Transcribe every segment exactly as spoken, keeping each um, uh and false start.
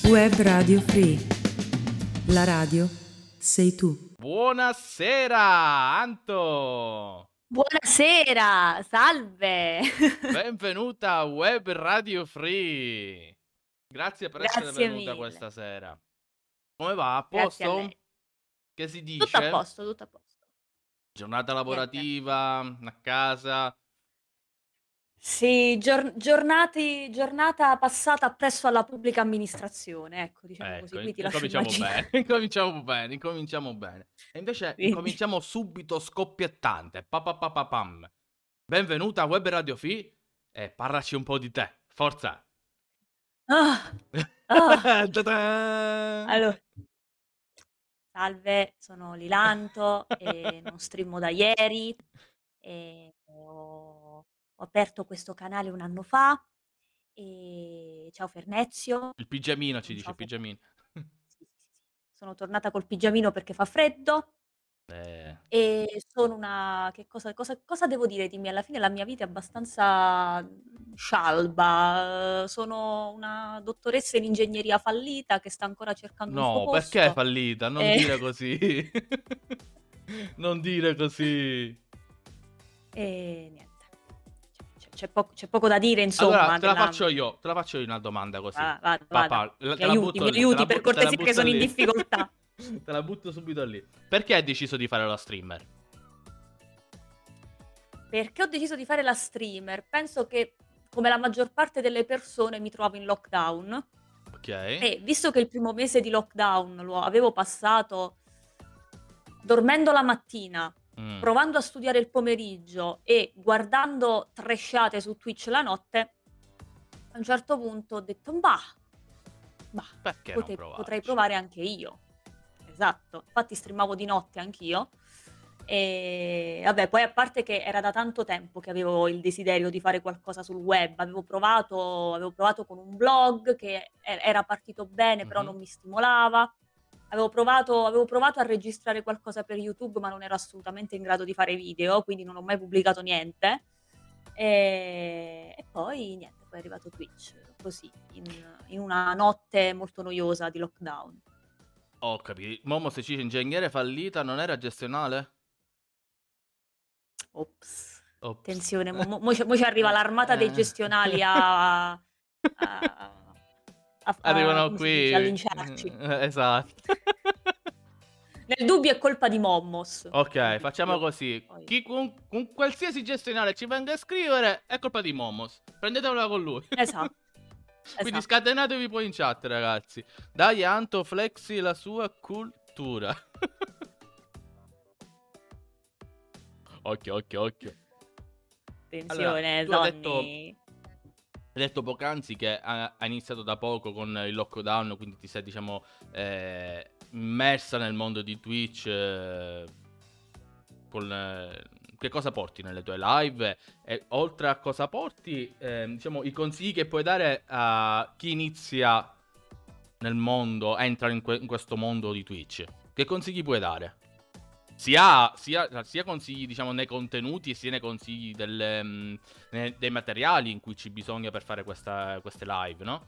Web Radio Free. La radio sei tu. Buonasera, Anto! Buonasera, salve! Benvenuta a Web Radio Free. Grazie per essere Grazie venuta mille. questa sera. Come va? A Grazie a posto? lei. Che si Tutto a dice? posto, tutto a posto. Giornata Niente. lavorativa, a casa. Sì, gior- giornati, giornata passata presso alla pubblica amministrazione, ecco, diciamo così, Ecco, qui in- ti lascio incominciamo immaginare. bene, incominciamo bene, incominciamo bene. E invece Quindi. incominciamo subito scoppiettante. Pa pa pa pa pam. Benvenuta a Web Radio Free e parlaci un po' di te. Forza! Ah, ah. Ta-da! Allora, salve, sono Lilanto e non streamo da ieri. E ho, ho aperto questo canale un anno fa. E ciao Fernezio. Il pigiamino ci Non dice, ciao il Fernezio. pigiamino. Sì, sì, sì, sì. Sono tornata col pigiamino perché fa freddo. Eh, E sono una che cosa cosa cosa devo dire di me? Alla fine la mia vita è abbastanza, mhmm, scialba. Sono una dottoressa in ingegneria fallita che sta ancora cercando un suo no, perché è posto. fallita? Non E dire così. Non dire così. e niente. C'è c'è poco c'è poco da dire Allora, insomma te la della faccio io, te la faccio io una domanda così. va vada, Pa, vada. pa, la- Mi te la aiuti, butto mi lì, te la aiuti per bu- te la cortesia che butto sono in lì. difficoltà. Te la butto subito lì. Perché hai deciso di fare lo streamer? Perché ho deciso di fare la streamer? Penso che, come la maggior parte delle persone, mi trovavo in lockdown. Ok. E visto che il primo mese di lockdown lo avevo passato dormendo la mattina, Mm. provando a studiare il pomeriggio e guardando trashate su Twitch la notte, a un certo punto ho detto, bah, bah, Perché non pote- provarci? potrei provare anche io. Esatto, infatti streamavo di notte anch'io. E vabbè, poi a parte che era da tanto tempo che avevo il desiderio di fare qualcosa sul web, avevo provato, avevo provato con un blog che e- era partito bene, però Mhm. non mi stimolava. Avevo provato, avevo provato a registrare qualcosa per YouTube, ma non ero assolutamente in grado di fare video, quindi non ho mai pubblicato niente. E, e poi niente, poi è arrivato Twitch, così, in, in una notte molto noiosa di lockdown. Ho capito. Momo se ci dice ingegnere fallita non era gestionale? Ops. Ops. Attenzione, mo, mo- mo ci mo ci arriva l'armata dei Eh. gestionali a, a- a- a- Arrivano come si qui. dice? A linciarci. Eh, Esatto. Nel dubbio è colpa di Mommos. Ok, Nel facciamo dubbio. così. Poi- Chi con, con qualsiasi gestionale ci venga a scrivere è colpa di Momos. Prendetela con lui. Esatto. Quindi Esatto. scatenatevi poi in chat, ragazzi. Dai, Anto, flexi la sua cultura. Occhio, occhio, occhio. Attenzione, Allora, tu hai Donny. Hai detto poc'anzi che ha, ha iniziato da poco con il lockdown, quindi ti sei, diciamo, eh, immersa nel mondo di Twitch. eh, con, eh, che cosa porti nelle tue live? E oltre a cosa porti, eh, diciamo, i consigli che puoi dare a chi inizia nel mondo, entra in, que- in questo mondo di Twitch. Che consigli puoi dare? Sia, sia, sia consigli, diciamo, nei contenuti, sia nei consigli delle, mh, nei- dei materiali in cui ci bisogna per fare questa- queste live, no?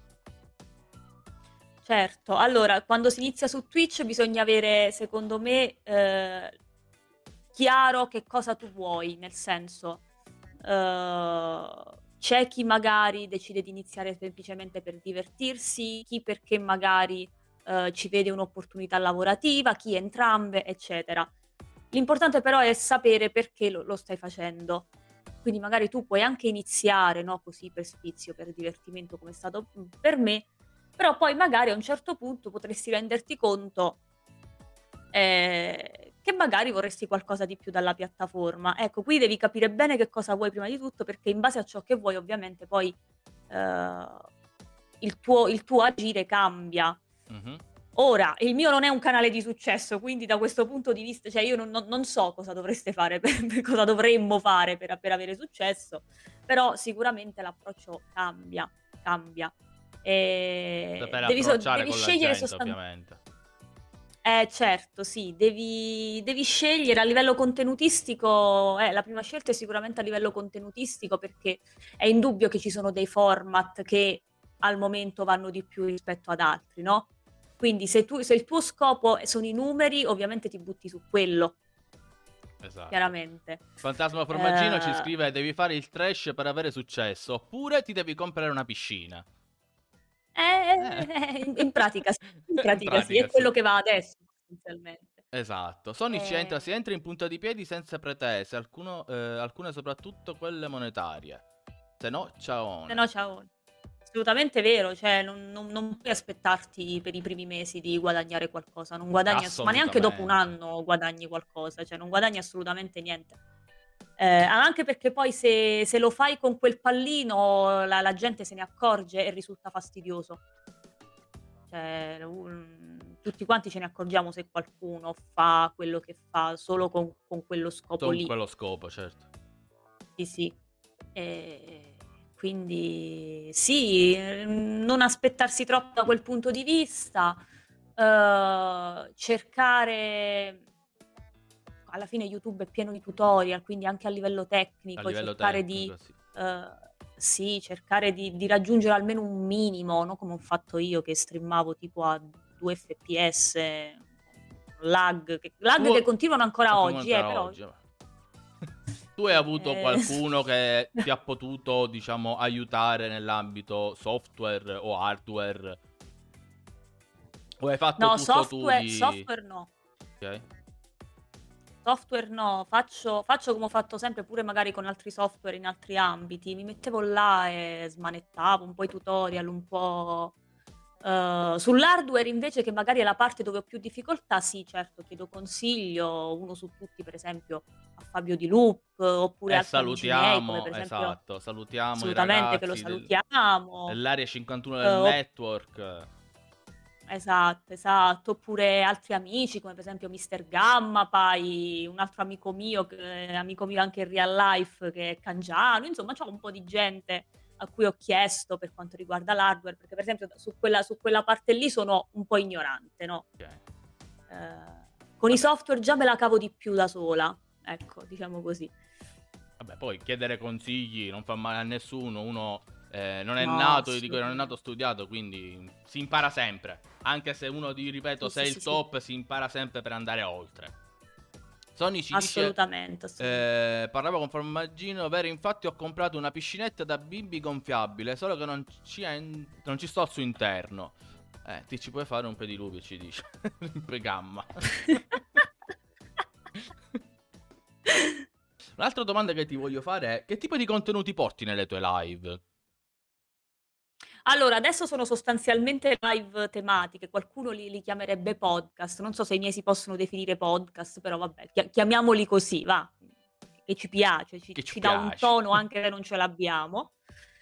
Certo, allora, quando si inizia su Twitch bisogna avere, secondo me, eh, chiaro che cosa tu vuoi, nel senso, eh, c'è chi magari decide di iniziare semplicemente per divertirsi, chi perché magari eh, ci vede un'opportunità lavorativa, chi entrambe, eccetera. L'importante però è sapere perché lo, lo stai facendo. Quindi magari tu puoi anche iniziare, no, così per sfizio, per divertimento, come è stato mm, per me, però poi magari a un certo punto potresti renderti conto eh, che magari vorresti qualcosa di più dalla piattaforma. Ecco, qui devi capire bene che cosa vuoi prima di tutto, perché in base a ciò che vuoi, ovviamente, poi eh, il tuo, il tuo agire cambia. Mhm. Ora, il mio non è un canale di successo, quindi da questo punto di vista, cioè io non, non- non so cosa dovreste fare, per, per cosa dovremmo fare per, per avere successo, però sicuramente l'approccio cambia, cambia. E Saper devi, so- approcciare devi con la scegliere gente, sostanzialmente. ovviamente. Eh certo, sì, devi, devi scegliere a livello contenutistico, eh, la prima scelta è sicuramente a livello contenutistico perché è indubbio che ci sono dei format che al momento vanno di più rispetto ad altri, no? Quindi se tu se il tuo scopo sono i numeri, ovviamente ti butti su quello. Esatto. Chiaramente. Fantasma Formaggino Eh... ci scrive: devi fare il trash per avere successo, oppure ti devi comprare una piscina. Eh, eh, in, in pratica, sì, in pratica, in pratica sì, è quello sì. che va adesso essenzialmente. Esatto. Sony eh... ci entra, si entra in punta di piedi senza pretese, alcuno, eh, alcune soprattutto quelle monetarie. Se no, ciao. Se no, ciao. Assolutamente vero, cioè non, non, non puoi aspettarti per i primi mesi di guadagnare qualcosa, non guadagni ass- ma neanche dopo un anno guadagni qualcosa, cioè non guadagni assolutamente niente. Eh, anche perché poi se, se lo fai con quel pallino la, la gente se ne accorge e risulta fastidioso. Cioè, um, tutti quanti ce ne accorgiamo se qualcuno fa quello che fa solo con, con quello scopo Con lì. quello scopo, certo. Sì, sì. E quindi sì, non aspettarsi troppo da quel punto di vista, uh, cercare, alla fine YouTube è pieno di tutorial, quindi anche a livello tecnico, a livello cercare tecnico, di sì. uh, sì, cercare di, di raggiungere almeno un minimo, no? Come ho fatto io che streamavo tipo a due F P S, lag, che, lag tu, che continuano ancora oggi, ancora eh, però... oggi. Tu hai avuto eh... qualcuno che ti ha potuto, diciamo, aiutare nell'ambito software o hardware? O hai fatto no, tutto software, tu di... software no. Ok. Software no, faccio, faccio come ho fatto sempre, pure magari con altri software in altri ambiti. Mi mettevo là e smanettavo un po' i tutorial, un po'... Uh, sull'hardware invece, che magari è la parte dove ho più difficoltà, sì, certo, chiedo consiglio, uno su tutti, per esempio, a Fabio Di Loop, oppure eh, altri amici miei, come salutiamo, per esempio... esatto, salutiamo assolutamente, i che lo ragazzi del, salutiamo. dell'area cinquantuno Uh, del opp- network. Esatto, esatto, oppure altri amici come per esempio mister Gamma, poi un altro amico mio, che, amico mio anche in real life, che è Cangiano, insomma c'ho un po' di gente a cui ho chiesto per quanto riguarda l'hardware, perché per esempio su quella, su quella parte lì sono un po' ignorante, no? Okay. Eh, con Vabbè. i software già me la cavo di più da sola, ecco, diciamo così. Vabbè, poi chiedere consigli non fa male a nessuno, uno... Eh, non è no, nato, io dico, non è nato studiato, quindi si impara sempre. Anche se uno, ti ripeto, sì, sei sì, il sì, top, sì. si impara sempre per andare oltre. Sony ci assolutamente, dice, assolutamente. Eh, parlavo con Formaggino, vero, infatti ho comprato una piscinetta da bimbi gonfiabile, solo che non ci, è in, non ci sto al suo interno. Eh, ti ci puoi fare un pediluvio, ci dice. Gamma. Un'altra domanda che ti voglio fare è: che tipo di contenuti porti nelle tue live? Allora, adesso sono sostanzialmente live tematiche, qualcuno li, li chiamerebbe podcast, non so se i miei si possono definire podcast, però vabbè, chi- chiamiamoli così, va, che ci piace, ci, Che ci ci dà un piace. tono anche se non ce l'abbiamo,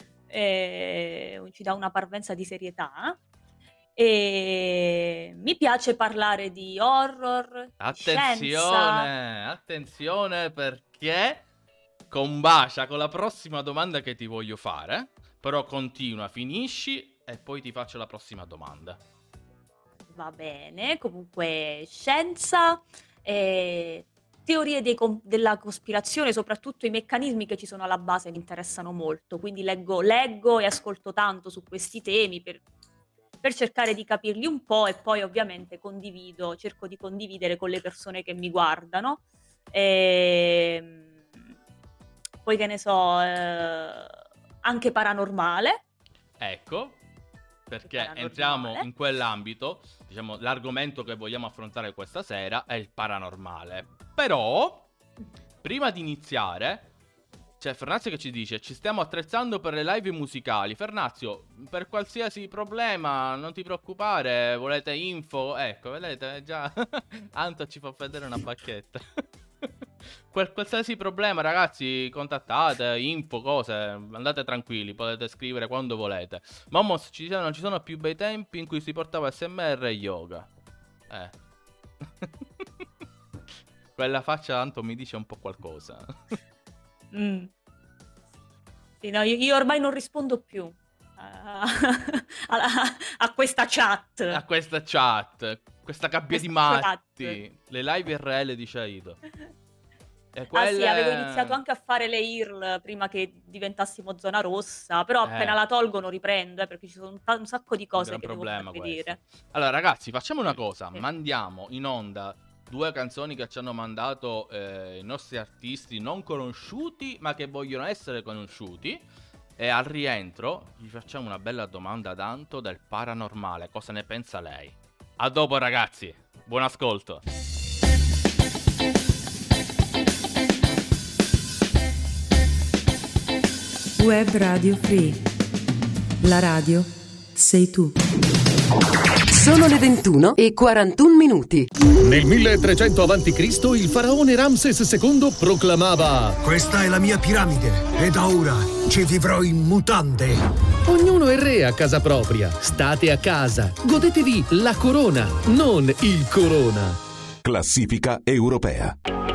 e ci dà una parvenza di serietà. E mi piace parlare di horror, Attenzione, di scienza. attenzione, perché combacia con la prossima domanda che ti voglio fare. Però continua, finisci e poi ti faccio la prossima domanda. Va bene, comunque scienza, eh, teorie dei com- della cospirazione, soprattutto i meccanismi che ci sono alla base mi interessano molto, quindi leggo, leggo e ascolto tanto su questi temi per, per cercare di capirli un po' e poi ovviamente condivido, cerco di condividere con le persone che mi guardano. E, poi che ne so, eh, anche paranormale. Ecco, perché paranormale. entriamo in quell'ambito, diciamo, l'argomento che vogliamo affrontare questa sera è il paranormale. Però, prima di iniziare, c'è Fernazio che ci dice: ci stiamo attrezzando per le live musicali. Fernazio, per qualsiasi problema, non ti preoccupare, volete info? Ecco, vedete, già Anto ci fa vedere una bacchetta. Qual- qualsiasi problema, ragazzi, contattate, info, cose, andate tranquilli, potete scrivere quando volete. Momos, ci sono, ci sono più bei tempi in cui si portava S M R e yoga. Eh. Quella faccia tanto mi dice un po' qualcosa. Mm. Sì, no, io, io ormai non rispondo più a, a, a questa chat. A questa chat, questa gabbia Questa di chat. matti. Le live R L di Shaido. E Ah sì, avevo quelle iniziato anche a fare le I R L prima che diventassimo zona rossa, però appena Eh. la tolgono riprendo, eh, perché ci sono un, ta- un sacco di un cose gran che devo far problema questo. vedere. Allora ragazzi, facciamo una cosa, Sì. mandiamo in onda due canzoni che ci hanno mandato eh, i nostri artisti non conosciuti, ma che vogliono essere conosciuti. E al rientro gli facciamo una bella domanda ad Anto del paranormale. Cosa ne pensa lei? A dopo ragazzi, buon ascolto. Web Radio Free. La radio sei tu. Sono le ventuno e quarantuno minuti. Nel milletrecento avanti Cristo il faraone Ramses secondo proclamava: questa è la mia piramide e da ora ci vivrò in mutande. ognuno è re a casa propria. State a casa, godetevi la corona, non il corona. Classifica europea.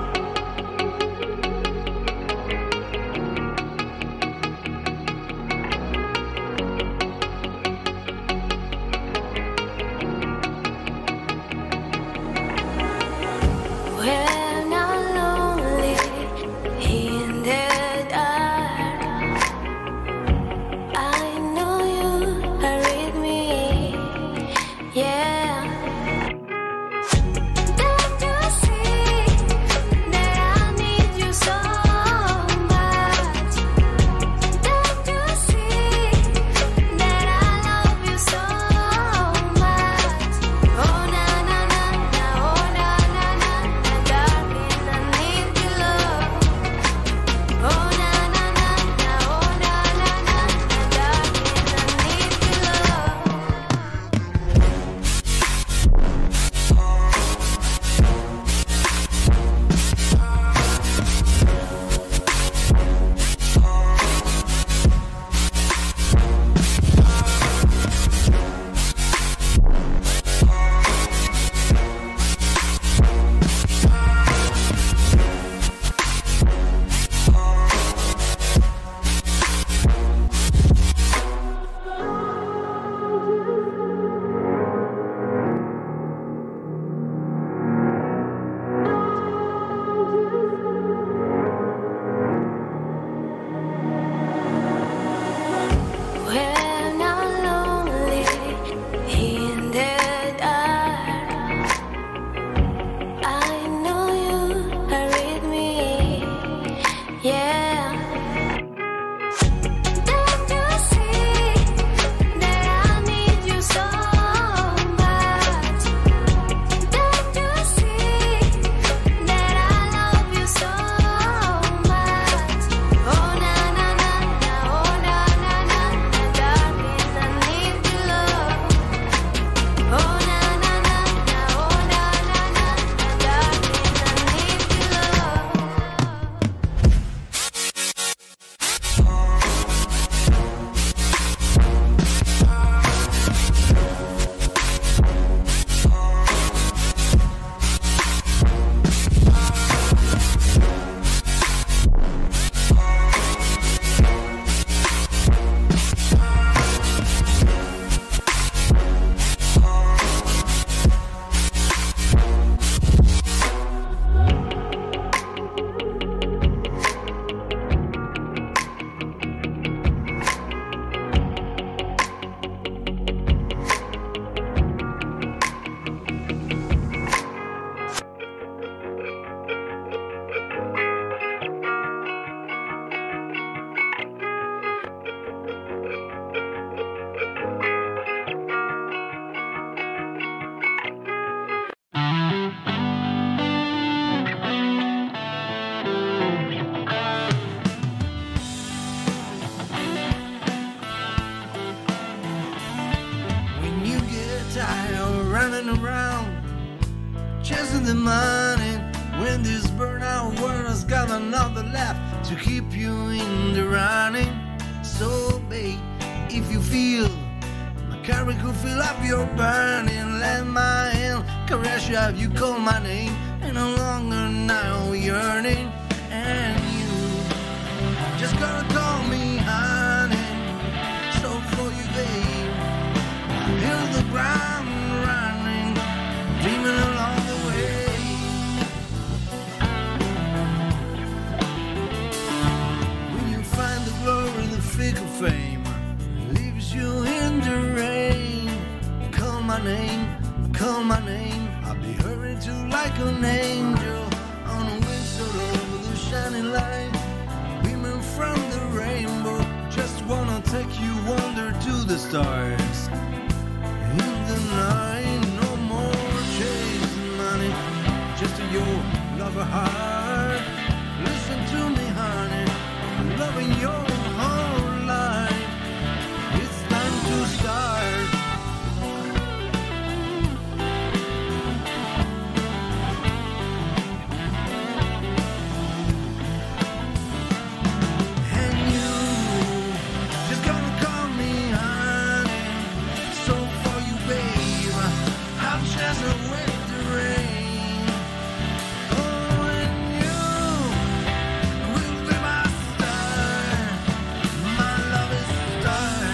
chasing the money when this burnout world has got another left to keep you in the running. So babe, if you feel my carry could fill up your burning, let my hand caress you, have you call my name, and no longer now yearning. And you just gotta call me honey. So for you babe, I hear the ground dreaming along the way. name, call my name. I'll be hurried to like an angel on a whistle over the shining light, beaming from the rainbow. Just wanna take you under to the stars in the night. No more chasing money, just your lover heart. Listen to me, honey, I'm loving your whole life. It's time to start. And you just gonna call me honey. So for you, babe, I'll chase away the rain. Oh, and you will be my star, my love is star.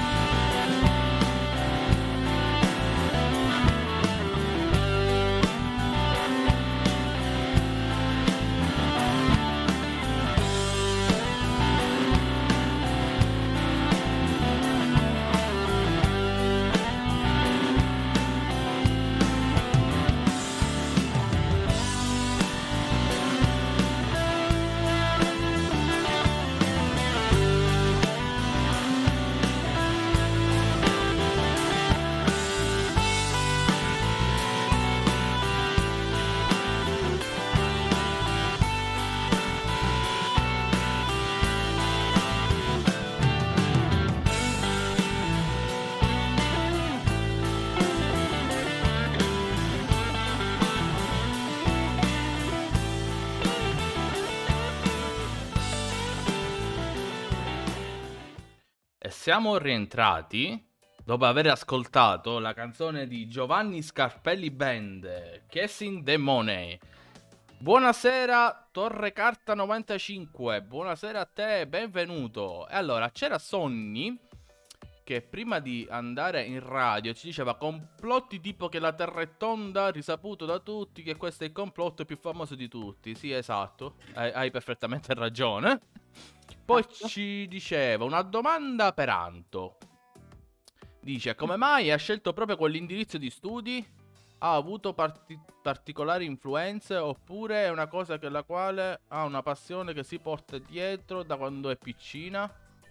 E siamo rientrati dopo aver ascoltato la canzone di Giovanni Scarpelli Band, Chasing the Money. Buonasera Torre Carta novantacinque, buonasera a te, benvenuto. E allora c'era Sonny che prima di andare in radio ci diceva complotti tipo che la Terra è tonda, risaputo da tutti che questo è il complotto più famoso di tutti. Sì, esatto, hai, hai perfettamente ragione. Poi ci diceva una domanda per Anto. Dice: come mai ha scelto proprio quell'indirizzo di studi? Ha avuto parti- particolari influenze oppure è una cosa che la quale ha una passione che si porta dietro da quando è piccina?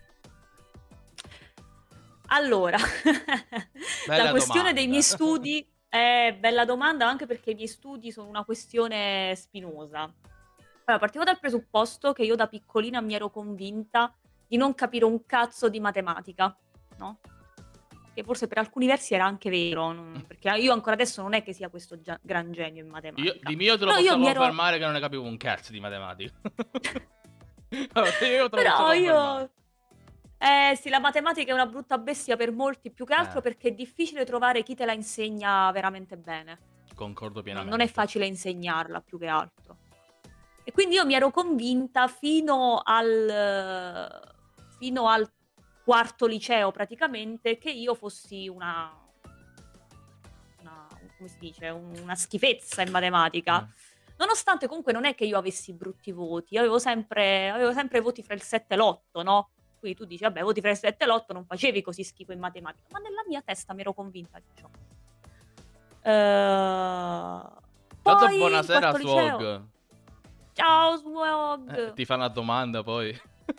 Allora, Bella la questione domanda. dei miei studi è bella domanda anche perché i miei studi sono una questione spinosa. Allora, partiamo dal presupposto che io da piccolina mi ero convinta di non capire un cazzo di matematica, no? Che forse per alcuni versi era anche vero, non- perché io ancora adesso non è che sia questo gia- gran genio in matematica. Io, di mio te lo No, posso io mi ero- confermare che non ne capivo un cazzo di matematica. Allora, io te lo Però posso io... confermare. Eh sì, la matematica è una brutta bestia per molti, più che altro Eh. perché è difficile trovare chi te la insegna veramente bene. Concordo No, pienamente. non è facile insegnarla più che altro. E quindi io mi ero convinta fino al fino al quarto liceo praticamente che io fossi una, una come si dice, una schifezza in matematica. Eh. Nonostante comunque non è che io avessi brutti voti, avevo sempre, avevo sempre voti fra il sette e l'otto, no? Quindi tu dici, vabbè, voti fra il sette e l'otto, non facevi così schifo in matematica, ma nella mia testa mi ero convinta di ciò. Uh, Tanto poi, buonasera in quarto liceo- Swog. Ciao Swog! Eh, ti fa una domanda poi.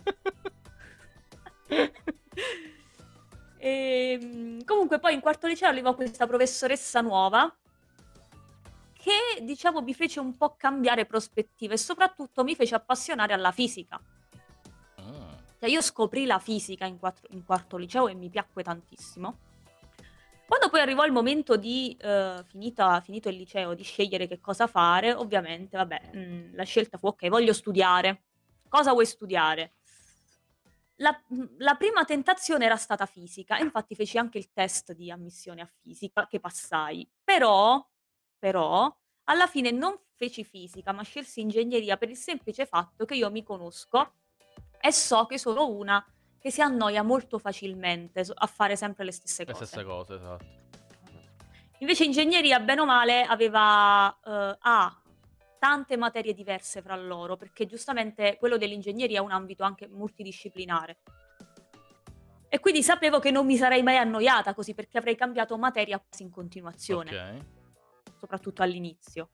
E, comunque poi in quarto liceo arrivò questa professoressa nuova che diciamo mi fece un po' cambiare prospettive e soprattutto mi fece appassionare alla fisica. Mm. Cioè io scoprì la fisica in, quattro- in quarto liceo e mi piacque tantissimo. Quando poi arrivò il momento di, eh, finita- finito il liceo, di scegliere che cosa fare, ovviamente, vabbè, mh, la scelta fu, ok, voglio studiare. Cosa vuoi studiare? La, mh, la prima tentazione era stata fisica, e infatti feci anche il test di ammissione a fisica, che passai. Però, però, alla fine non feci fisica, ma scelsi ingegneria per il semplice fatto che io mi conosco e so che sono una che si annoia molto facilmente so- a fare sempre le stesse Le cose. stesse cose, esatto. Invece ingegneria, bene o male, aveva eh, ha tante materie diverse fra loro, perché giustamente quello dell'ingegneria è un ambito anche multidisciplinare. E quindi sapevo che non mi sarei mai annoiata così, perché avrei cambiato materia quasi in continuazione, Ok. soprattutto all'inizio.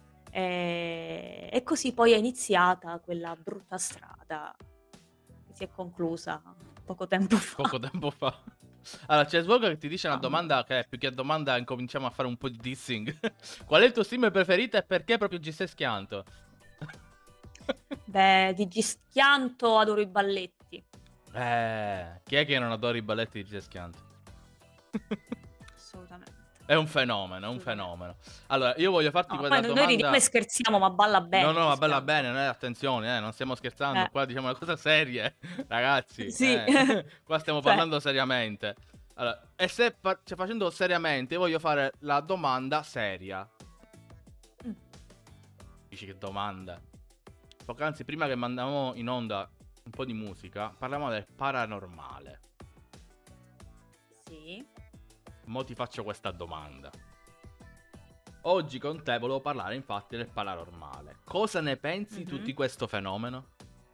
E, e così poi è iniziata quella brutta strada che si è conclusa poco tempo fa. Poco tempo fa. Allora, c'è Svoga che ti dice una Ah. domanda che più che domanda incominciamo a fare un po' di dissing. Qual è il tuo streamer preferito e perché proprio G sei Schianto? Beh, di Gischianto adoro i balletti. Eh, chi è che non adora i balletti di G sei Schianto? Assolutamente. È un fenomeno, è un fenomeno. Allora, io voglio farti No, quella poi noi domanda. ridiamo e scherziamo, ma balla bene. No, no, ma Gischianto. bella bene, noi, attenzione, eh, non stiamo scherzando, Eh. qua diciamo una cosa seria, ragazzi. Sì. eh. Qua stiamo Cioè. parlando seriamente. Allora, e se fa- cioè, facendo seriamente, io voglio fare la domanda seria. Mm. Dici che domanda? Poc'anzi, prima che mandavamo in onda un po' di musica, parlavamo del paranormale. Sì. Mo' ti faccio questa domanda. Oggi con te volevo parlare infatti del paranormale. Cosa ne pensi Mhm. tu di questo fenomeno?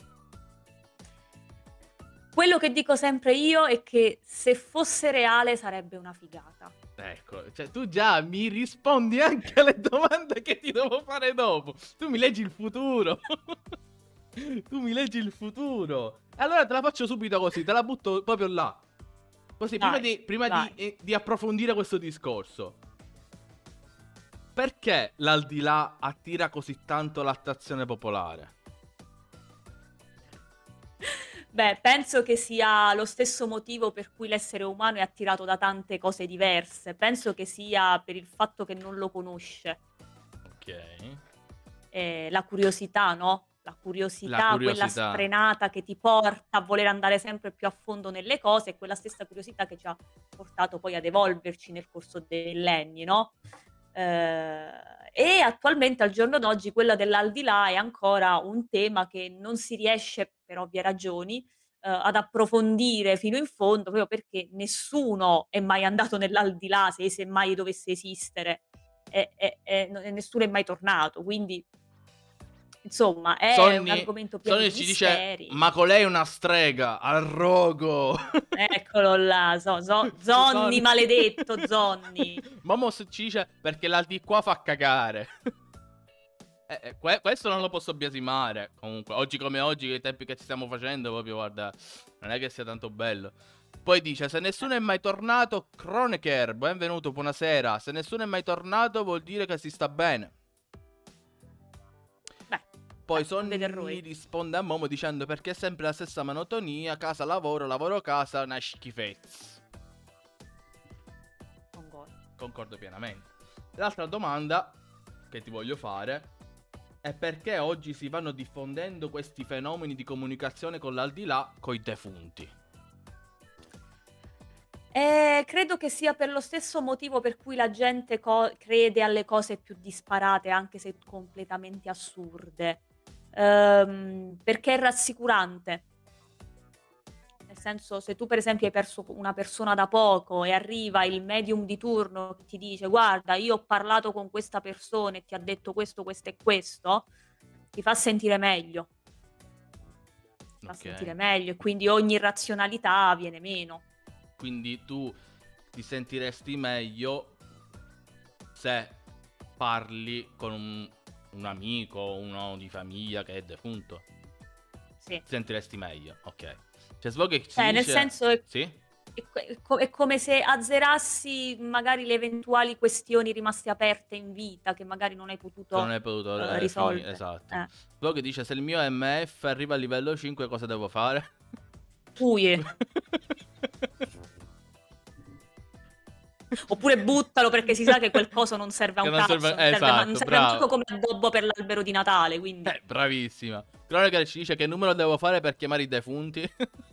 Quello che dico sempre io è che se fosse reale sarebbe una figata. Ecco, cioè tu già mi rispondi anche alle domande che ti devo fare dopo. Tu mi leggi il futuro. Tu mi leggi il futuro. E allora te la faccio subito così, te la butto proprio là. Così, Vai, prima, di, prima vai. di, eh, di approfondire questo discorso. Perché l'aldilà attira così tanto l'attrazione popolare? Beh, penso che sia lo stesso motivo per cui l'essere umano è attirato da tante cose diverse. Penso che sia per il fatto che non lo conosce. Ok. Eh, la curiosità, no? La curiosità, La quella curiosità. sfrenata che ti porta a voler andare sempre più a fondo nelle cose, è quella stessa curiosità che ci ha portato poi ad evolverci nel corso dei millenni, no? Eh, e attualmente al giorno d'oggi quella dell'aldilà è ancora un tema che non si riesce, per ovvie ragioni, eh, ad approfondire fino in fondo, proprio perché nessuno è mai andato nell'aldilà, se, se mai dovesse esistere, e, e- e non- e nessuno è mai tornato, quindi insomma è un Sonny, argomento pieno Sonny di ci dice, misteri. ma con lei è una strega, al rogo. Eccolo là, so- so- Zonni maledetto, Zonni. Momos ci dice, perché la di qua fa cagare. Eh, eh, que- questo non lo posso biasimare. Comunque, oggi come oggi, i tempi che ci stiamo facendo, proprio, guarda, non è che sia tanto bello. Poi dice, se nessuno è mai tornato, Kroneker, benvenuto, buonasera. Se nessuno è mai tornato vuol dire che si sta bene. Beh, Poi eh, non vede errori. Sonny risponde a Momo dicendo, perché è sempre la stessa monotonia, casa, lavoro, lavoro, casa, una schifezza. Concordo. Concordo pienamente. L'altra domanda che ti voglio fare è perché oggi si vanno diffondendo questi fenomeni di comunicazione con l'aldilà coi defunti. Eh, credo che sia per lo stesso motivo per cui la gente co- crede alle cose più disparate, anche se completamente assurde. Ehm, perché è rassicurante. Nel senso, se tu per esempio hai perso una persona da poco e arriva il medium di turno che ti dice guarda, io ho parlato con questa persona e ti ha detto questo, questo e questo, ti fa sentire meglio. Ti fa Ok. sentire meglio e quindi ogni razionalità viene meno. Quindi tu ti sentiresti meglio se parli con un, un amico, uno di famiglia che è defunto. Sì. Ti sentiresti meglio, ok. C'è Svoghe che ci Cioè, nel dice... senso è, Sì? è co- è co- è come se azzerassi magari le eventuali questioni rimaste aperte in vita che magari non hai potuto, Che non hai potuto eh, eh, risolvere. finire, esatto. Eh. Svoghe dice, se il mio M F arriva a livello cinque cosa devo fare? Puie. Oppure buttalo perché si sa che quel coso non serve a Che un non cazzo, serve- non serve, ma- esatto, non serve bravo. manco come addobbo per l'albero di Natale, quindi Eh, bravissima. Cronaca ci dice che numero devo fare per chiamare i defunti.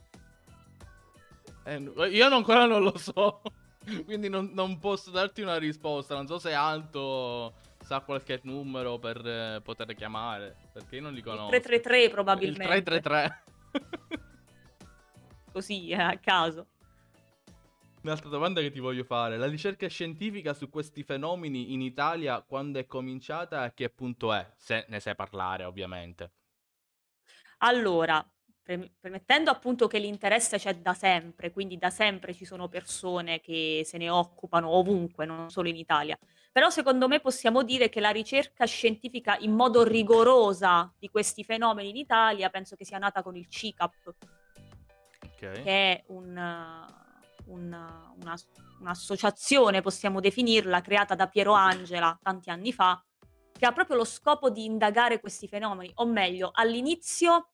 Eh, io non- ancora non lo so. Quindi non, non posso darti una risposta. Non so se Anto sa qualche numero per eh, poter chiamare. Perché io non li il conosco. tre tre tre Il probabilmente. tre tre tre. Così, eh, a caso. Un'altra domanda che ti voglio fare. La ricerca scientifica su questi fenomeni in Italia quando è cominciata e a che punto è? Se ne sai parlare, ovviamente. Allora, pre- premettendo appunto che l'interesse c'è da sempre, quindi da sempre ci sono persone che se ne occupano ovunque, non solo in Italia. Però secondo me possiamo dire che la ricerca scientifica in modo rigorosa di questi fenomeni in Italia penso che sia nata con il C I C A P, Ok. che è un, uh, un, uh, una- un'associazione, possiamo definirla, creata da Piero Angela tanti anni fa, che ha proprio lo scopo di indagare questi fenomeni, o meglio, all'inizio,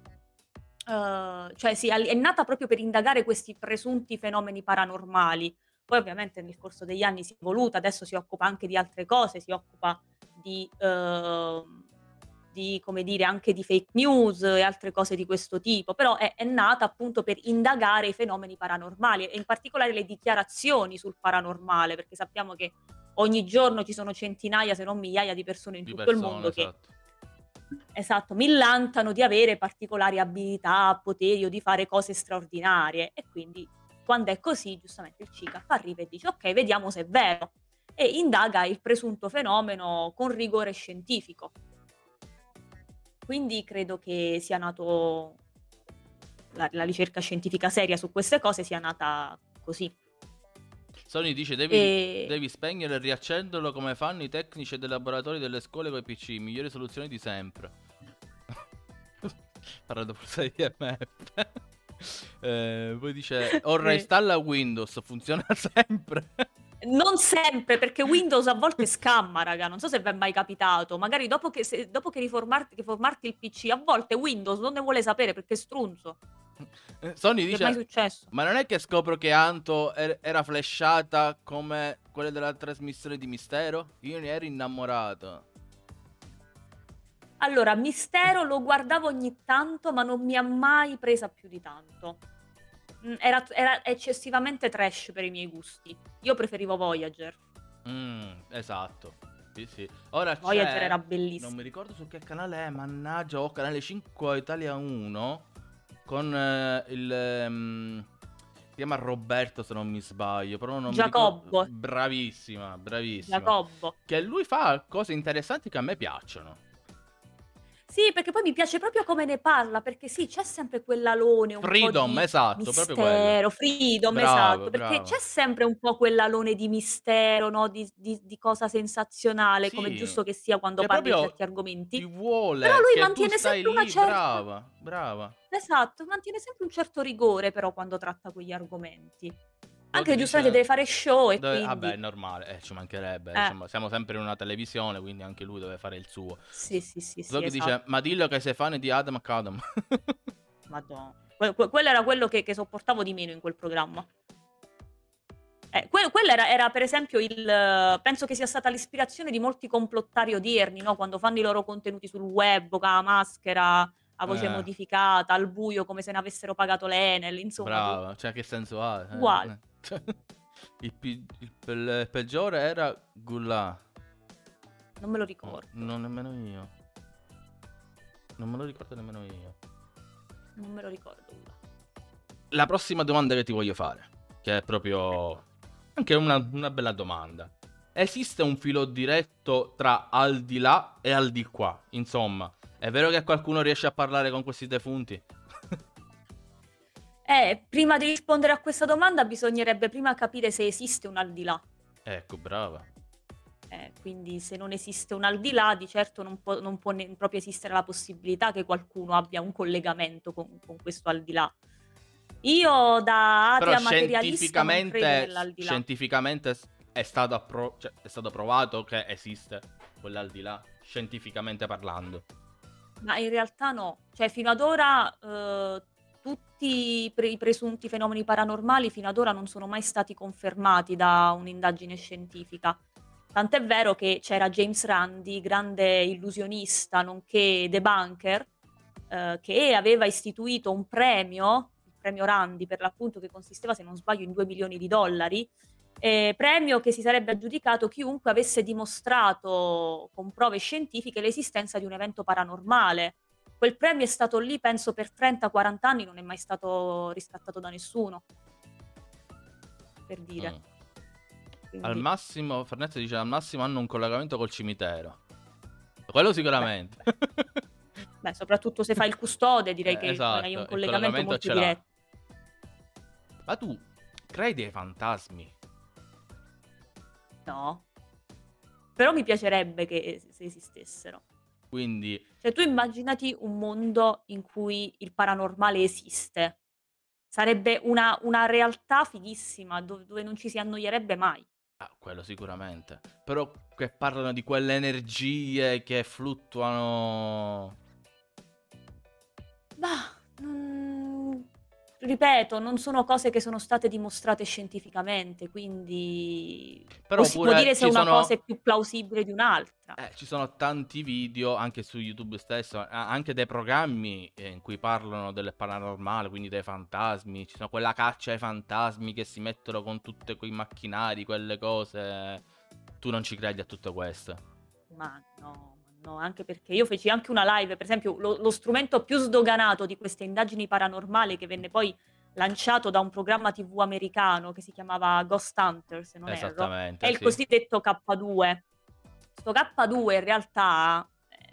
eh, cioè sì, all- è nata proprio per indagare questi presunti fenomeni paranormali. Poi ovviamente nel corso degli anni si è evoluta, adesso si occupa anche di altre cose, si occupa di, ehm, di, come dire, anche di fake news e altre cose di questo tipo, però è, è nata appunto per indagare i fenomeni paranormali e in particolare le dichiarazioni sul paranormale, perché sappiamo che ogni giorno ci sono centinaia, se non migliaia di persone in Di tutto il persone, mondo che, esatto. esatto, millantano di avere particolari abilità, poteri o di fare cose straordinarie. E quindi, quando è così, giustamente il C I C A P arriva e dice: ok, vediamo se è vero. E indaga il presunto fenomeno con rigore scientifico. Quindi credo che sia nato la, la ricerca scientifica seria su queste cose sia nata così. Sony dice devi, E devi spegnere e riaccenderlo come fanno i tecnici dei laboratori delle scuole con i P C, migliori soluzioni di sempre. Parlando forse di M F. eh, poi dice ora Sì. installa Windows, funziona sempre. non sempre, perché Windows a volte scamma, raga. Non so se vi è mai capitato. Magari dopo che, se- dopo che riformarti, che formarti il P C, a volte Windows non ne vuole sapere perché è strunzo. Eh, Sony Vi è mai dice successo? ma non è che scopro che Anto er- era flashata come quelle della trasmissione di Mistero? Io ne ero innamorato. Allora, Mistero lo guardavo ogni tanto, ma non mi ha mai presa più di tanto. Mm, Era, era eccessivamente trash per i miei gusti. Io preferivo Voyager. Mm, esatto. Sì, sì. Ora Voyager c'è, era non bellissimo. mi ricordo su che canale è, mannaggia, o canale cinque Italia uno con eh, il ehm, si chiama Roberto se non mi sbaglio, però non mi ricordo. Giacobbo. Bravissima, bravissima. Giacobbo. Che lui fa cose interessanti che a me piacciono. Sì, perché poi mi piace proprio come ne parla, perché sì, c'è sempre quell'alone un Freedom, po' di esatto, proprio quello. mistero, freedom, Bravo, esatto, perché bravo. c'è sempre un po' quell'alone di mistero, no? Di, di- di cosa sensazionale, come è Sì, giusto che sia quando che parli di proprio certi argomenti. ti Però vuole lui che tu mantiene stai sempre una lì, certa... brava, brava. Esatto, mantiene sempre un certo rigore però quando tratta quegli argomenti. Goghi Anche giustamente dice deve fare show e dove- vabbè, è quindi... normale, eh, ci mancherebbe, Eh, diciamo, siamo sempre in una televisione, quindi anche lui deve fare il suo. sì, sì, sì, sì, Goghi dice, esatto. ma dillo che sei fan di Adam McAdam. Madonna. Que- que- quello era quello che, che sopportavo di meno in quel programma. Eh, que- quello era, era, per esempio il... eh, penso che sia stata l'ispirazione di molti complottari odierni, no? Quando fanno i loro contenuti sul web, con la maschera, a voce Eh, modificata, al buio, come se ne avessero pagato l'Enel, insomma, tu- brava, cioè che senso ha? Eh, uguale. eh. Cioè, il, pi- il pe- il peggiore era Gullah. Non me lo No, ricordo. non nemmeno io. Non me lo ricordo nemmeno io. Non me lo ricordo. La prossima domanda che ti voglio fare, che è proprio anche una, una bella domanda. Esiste un filo diretto tra al di là e al di qua? Insomma, è vero che qualcuno riesce a parlare con questi defunti? Eh, prima di rispondere a questa domanda bisognerebbe prima capire se esiste un al di là. Ecco, brava. Eh, quindi se non esiste un al di là, di certo non può, non può ne- proprio esistere la possibilità che qualcuno abbia un collegamento con, con questo al di là. Io da Però atea materialista non credo scientificamente, nell'aldilà. scientificamente è stato, appro- cioè, è stato provato che esiste quell'aldilà, scientificamente parlando. Ma in realtà no. Cioè fino ad ora eh, tutti i, pre- i presunti fenomeni paranormali fino ad ora non sono mai stati confermati da un'indagine scientifica. Tant'è vero che c'era James Randi, grande illusionista nonché debunker, eh, che aveva istituito un premio, il premio Randi per l'appunto, che consisteva, se non sbaglio, in due milioni di dollari, eh, premio che si sarebbe aggiudicato chiunque avesse dimostrato con prove scientifiche l'esistenza di un evento paranormale. Quel premio è stato lì, penso, per trenta quaranta anni, non è mai stato riscattato da nessuno, per dire. Mm. Quindi... Al massimo, Fernezzo dice al massimo hanno un collegamento col cimitero. Quello sicuramente. Beh, soprattutto se fai il custode, direi Eh, che esatto, hai un il collegamento collegamento molto ce l'ha. diretto. Ma tu credi ai fantasmi? No. Però mi piacerebbe che se esistessero. Quindi, Cioè, tu immaginati un mondo in cui il paranormale esiste. Sarebbe una, una realtà fighissima, dove, dove non ci si annoierebbe mai. ah, quello sicuramente. Però che parlano di quelle energie che fluttuano. Bah, non- ripeto, non sono cose che sono state dimostrate scientificamente, quindi Però o si può pure dire se ci una sono- cosa è più plausibile di un'altra. Eh, ci sono tanti video anche su YouTube stesso, a- anche dei programmi eh, in cui parlano del paranormale, quindi dei fantasmi. Ci sono quella caccia ai fantasmi che si mettono con tutti quei macchinari, quelle cose. Tu non ci credi a tutto questo? Ma no, no, anche perché io feci anche una live, per esempio, lo, lo strumento più sdoganato di queste indagini paranormali che venne poi lanciato da un programma T V americano che si chiamava Ghost Hunter, se non erro, Esattamente, è il sì. cosiddetto K due. Sto K due in realtà eh,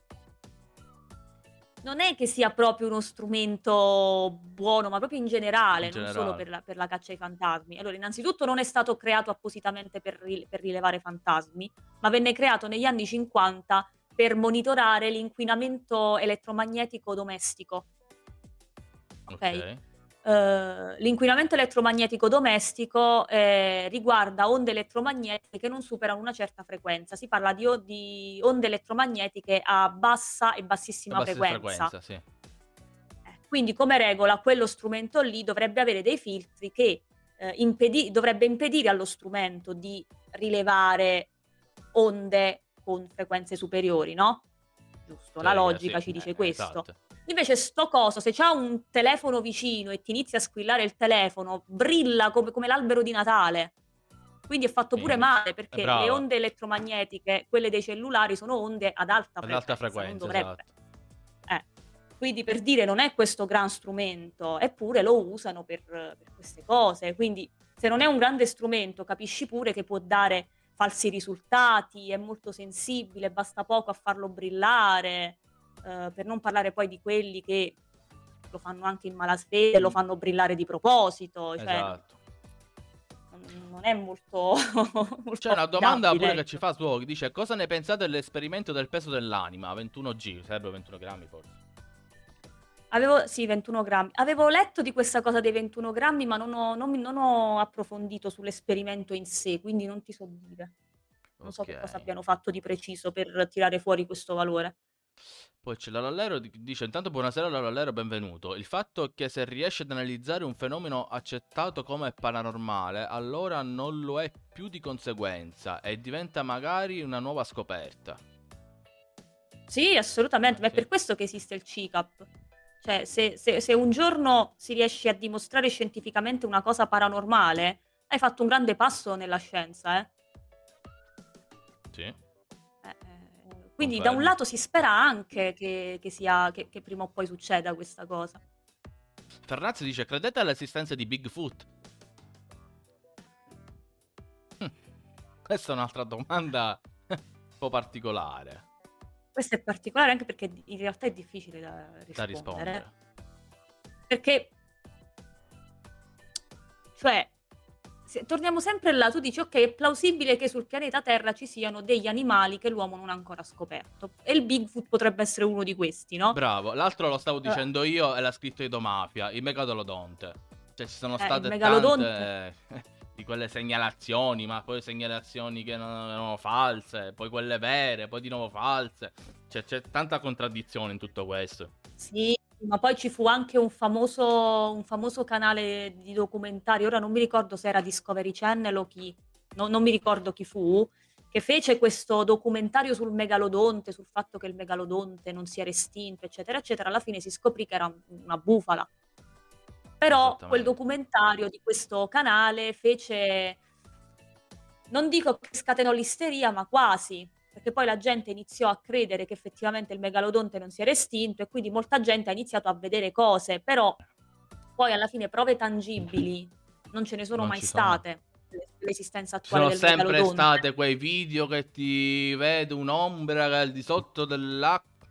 non è che sia proprio uno strumento buono, ma proprio in generale, In non generale. solo per la, per la caccia ai fantasmi. Allora, innanzitutto non è stato creato appositamente per, ri- per rilevare fantasmi, ma venne creato negli anni cinquanta per monitorare l'inquinamento elettromagnetico domestico. Ok? Ok. Eh, l'inquinamento elettromagnetico domestico eh, riguarda onde elettromagnetiche che non superano una certa frequenza. Si parla di, o- di onde elettromagnetiche a bassa e bassissima Bassa frequenza. frequenza, sì. Eh, Quindi, come regola, quello strumento lì dovrebbe avere dei filtri che eh, impedi- dovrebbe impedire allo strumento di rilevare onde con frequenze superiori, no? Giusto, la Teoria, logica sì. ci dice Eh, questo. esatto. Invece sto coso, se c'ha un telefono vicino e ti inizia a squillare il telefono, brilla come, come l'albero di Natale. Quindi è fatto pure Quindi, male, è perché brava. le onde elettromagnetiche, quelle dei cellulari, sono onde ad alta Ad alta frequenza, non frequenza, dovrebbe. esatto. Eh, quindi per dire non è questo gran strumento, eppure lo usano per, per queste cose. Quindi se non è un grande strumento, capisci pure che può dare falsi risultati, è molto sensibile, basta poco a farlo brillare, eh, per non parlare poi di quelli che lo fanno anche in malafede, lo fanno brillare di proposito, cioè Esatto. non, non è molto, molto C'è una domanda affidabile, pure che ci ecco. fa Suo, che dice: cosa ne pensate dell'esperimento del peso dell'anima? ventuno G, sarebbero ventuno grammi forse. Avevo, sì, ventuno grammi. Avevo letto di questa cosa dei ventuno grammi, ma non ho, non mi- non ho approfondito sull'esperimento in sé, quindi non ti so dire. Non so che cosa Ok. abbiano fatto di preciso per tirare fuori questo valore. Poi c'è Lalallero che dice: intanto buonasera Lalallero, benvenuto. Il fatto è che se riesci ad analizzare un fenomeno accettato come paranormale, allora non lo è più di conseguenza e diventa magari una nuova scoperta. Sì, assolutamente, ma è Sì. per questo che esiste il C I C A P. Cioè, se, se- se un giorno si riesce a dimostrare scientificamente una cosa paranormale, hai fatto un grande passo nella scienza, eh? Sì. Eh, eh, quindi da un Confermo. lato si spera anche che, che sia, che, che prima o poi succeda questa cosa. Fernazzi dice: credete all'esistenza di Bigfoot? Hm, Questa è un'altra domanda un po' particolare Questo è particolare anche perché di- in realtà è difficile da da rispondere. rispondere. Perché, cioè, se- torniamo sempre là, tu dici, ok, è plausibile che sul pianeta Terra ci siano degli animali che l'uomo non ha ancora scoperto. E il Bigfoot potrebbe essere uno di questi, no? Bravo, l'altro lo stavo Eh. dicendo io e l'ha scritto Idomafia, il megalodonte. Cioè ci sono Eh, il state megalodonte. tante di quelle segnalazioni, ma poi segnalazioni che non erano false, poi quelle vere, poi di nuovo false. Cioè c'è tanta contraddizione in tutto questo. Sì, ma poi ci fu anche un famoso, un famoso canale di documentari, ora non mi ricordo se era Discovery Channel o chi, no- non mi ricordo chi fu, che fece questo documentario sul megalodonte, sul fatto che il megalodonte non si era estinto, eccetera, eccetera. Alla fine si scoprì che era una bufala. Però quel Esattamente. documentario di questo canale fece, non dico che scatenò l'isteria, ma quasi, perché poi la gente iniziò a credere che effettivamente il megalodonte non si era estinto e quindi molta gente ha iniziato a vedere cose, però poi alla fine prove tangibili non ce ne sono Non mai ci sono. state dell'esistenza Ci attuale sono del sempre megalodonte. state quei video che ti vede un'ombra che è al di sotto dell'acqua.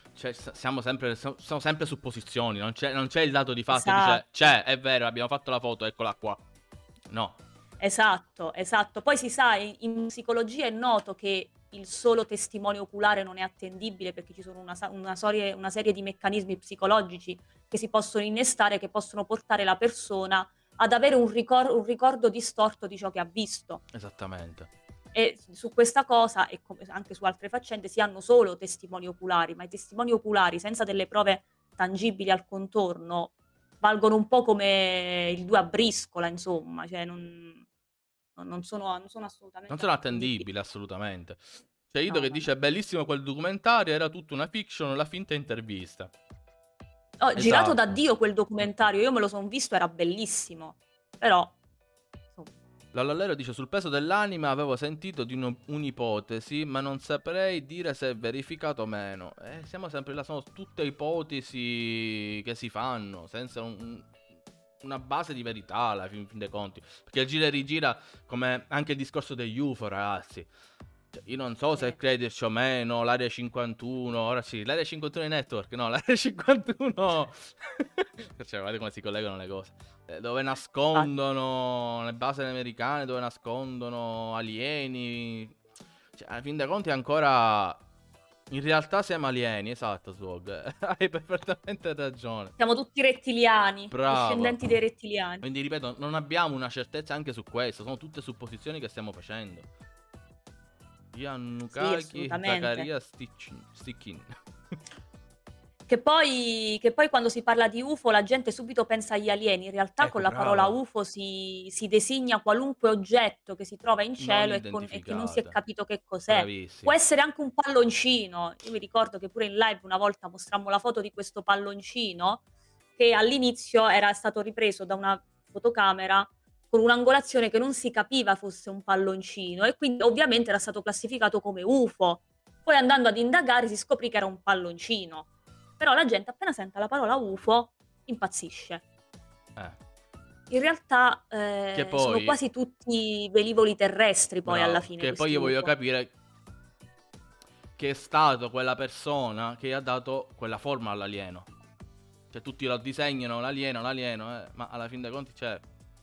cioè, siamo sempre, sono sempre supposizioni, non c'è, non c'è il dato di fatto, Esatto. dice, c'è, è vero, abbiamo fatto la foto, eccola qua. No. Esatto, esatto. Poi si sa, in, in psicologia è noto che il solo testimone oculare non è attendibile perché ci sono una, sa- una, serie, una serie di meccanismi psicologici che si possono innestare, che possono portare la persona ad avere un, ricor- un ricordo distorto di ciò che ha visto. Esattamente. E su questa cosa, e come anche su altre faccende, si hanno solo testimoni oculari, ma i testimoni oculari senza delle prove tangibili al contorno valgono un po' come il due a briscola, insomma, cioè non, non, sono, non sono assolutamente Non sono attendibili. attendibili, assolutamente. C'è Ido No, che no, dice, bellissimo quel documentario, era tutta una fiction, la finta intervista. Oh, girato da Esatto. Dio quel documentario, io me lo son visto, era bellissimo, però insomma, Lallallero dice, sul peso dell'anima avevo sentito di uno- un'ipotesi, ma non saprei dire se è verificato o meno. Eh, siamo sempre là, sono tutte ipotesi che si fanno, senza un- un- una base di verità alla fin, fin dei conti. Perché gira e rigira, come anche il discorso degli U F O, ragazzi. Cioè, io non so se Eh. crederci o meno, l'area cinquantuno, ora sì, l'area cinquantuno è network, no, l'area cinquantuno... cioè, guardate come si collegano le cose. Eh, Dove nascondono le basi americane, dove nascondono alieni. Cioè, alla fin dei conti ancora... In realtà siamo alieni, esatto, Swag. Hai perfettamente ragione. siamo tutti rettiliani, Brava. discendenti dei rettiliani. Quindi, ripeto, non abbiamo una certezza anche su questo, sono tutte supposizioni che stiamo facendo. Yannukaki, assolutamente. Zaccaria, Stichin. Stichin. Che poi, che poi quando si parla di U F O la gente subito pensa agli alieni, in realtà Ecco, con la brava. parola U F O si, si designa qualunque oggetto che si trova in cielo e, con- e che non si è identificato. capito che cos'è. Bravissimo. Può essere anche un palloncino. Io mi ricordo che pure in live una volta mostrammo la foto di questo palloncino che all'inizio era stato ripreso da una fotocamera con un'angolazione che non si capiva fosse un palloncino e quindi ovviamente era stato classificato come U F O. Poi andando ad indagare si scoprì che era un palloncino. Però la gente appena sente la parola U F O impazzisce. Eh. In realtà eh, Che sono poi- quasi tutti velivoli terrestri poi Bravo. alla fine. Che questi poi io voglio U F O. capire che è stato quella persona che ha dato quella forma all'alieno. Cioè tutti lo disegnano, l'alieno, l'alieno, eh, ma alla fin dei conti c'è...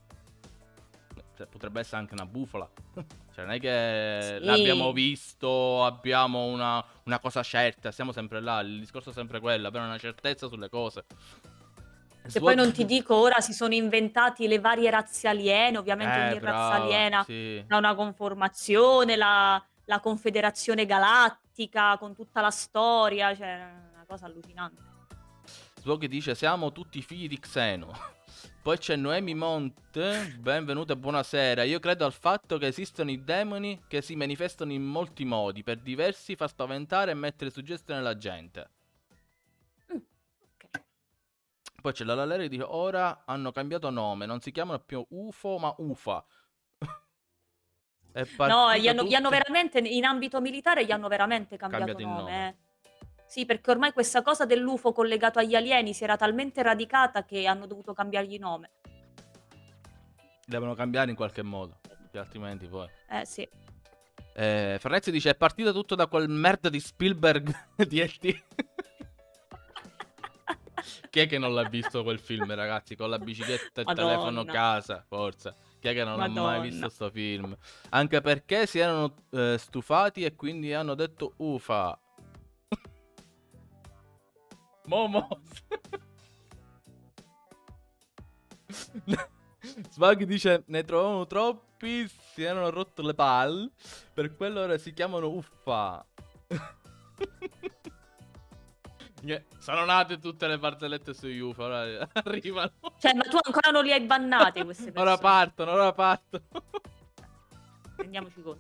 Cioè, potrebbe essere anche una bufala. Cioè non è che Sì. l'abbiamo visto, abbiamo una, una cosa certa, siamo sempre là, il discorso è sempre quello, avere una certezza sulle cose. Se poi non ti dico, ora si sono inventati le varie razze aliene, ovviamente Eh, ogni razza brava, aliena sì. ha una conformazione, la, la Confederazione Galattica con tutta la storia, cioè è una cosa allucinante. Swog dice siamo tutti figli di Xeno. Poi c'è Noemi Monte, benvenuta e buonasera. Io credo al fatto che esistono i demoni che si manifestano in molti modi, per diversi fa spaventare e mettere suggestione alla gente. Mm, ok. Poi c'è la Lalera che dice ora hanno cambiato nome, non si chiamano più U F O ma U F A. È No, partita gli hanno, gli hanno tutta- veramente, in ambito militare gli hanno veramente cambiato Cambiato il nome. nome. eh. Sì, perché ormai questa cosa dell'U F O collegato agli alieni si era talmente radicata che hanno dovuto cambiargli nome. Devono cambiare in qualche modo, perché altrimenti poi... Eh sì. Eh, Farnezzi dice è partito tutto da quel merda di Spielberg di E T Chi è che non l'ha visto quel film, ragazzi? Con la bicicletta e il Madonna. telefono a casa, forza. Chi è che non ha Madonna. mai visto sto film? Anche perché si erano eh, stufati e quindi hanno detto ufa. Momo. Svaghi dice ne trovavano troppi, si erano rotto le palle, per quello ora si chiamano uffa. Yeah, sono nate tutte le barzellette su U F O, ora arrivano. Cioè, ma tu ancora non li hai bannate queste persone? Ora partono, ora partono. Rendiamoci conto.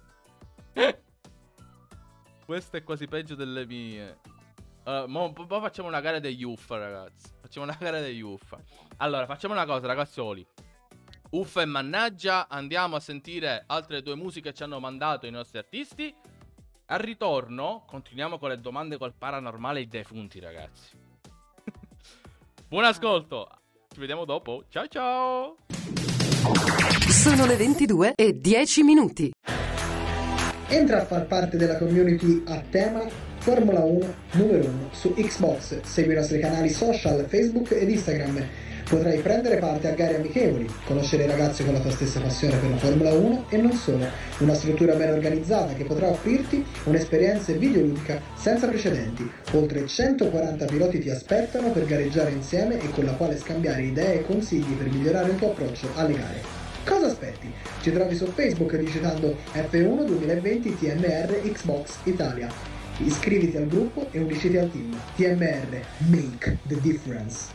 Questo è quasi peggio delle mie. Allora, mo, poi facciamo una gara degli U F A, ragazzi. Facciamo una gara degli U F A. Allora, facciamo una cosa, ragazzoli. U F A e mannaggia, andiamo a sentire altre due musiche che ci hanno mandato i nostri artisti. Al ritorno, continuiamo con le domande col paranormale e i defunti, ragazzi. Buon ascolto. Ci vediamo dopo. Ciao ciao. Sono le ventidue e dieci minuti. Entra a far parte della community a tema Formula uno numero uno su Xbox. Segui i nostri canali social, Facebook ed Instagram. Potrai prendere parte a gare amichevoli, conoscere i ragazzi con la tua stessa passione per la Formula uno e non solo. Una struttura ben organizzata che potrà offrirti un'esperienza videoludica senza precedenti. Oltre centoquaranta piloti ti aspettano per gareggiare insieme e con la quale scambiare idee e consigli per migliorare il tuo approccio alle gare. Cosa aspetti? Ci trovi su Facebook digitando F uno duemilaventi T M R Xbox Italia. Iscriviti al gruppo e unisciti al team. T M R, make the difference.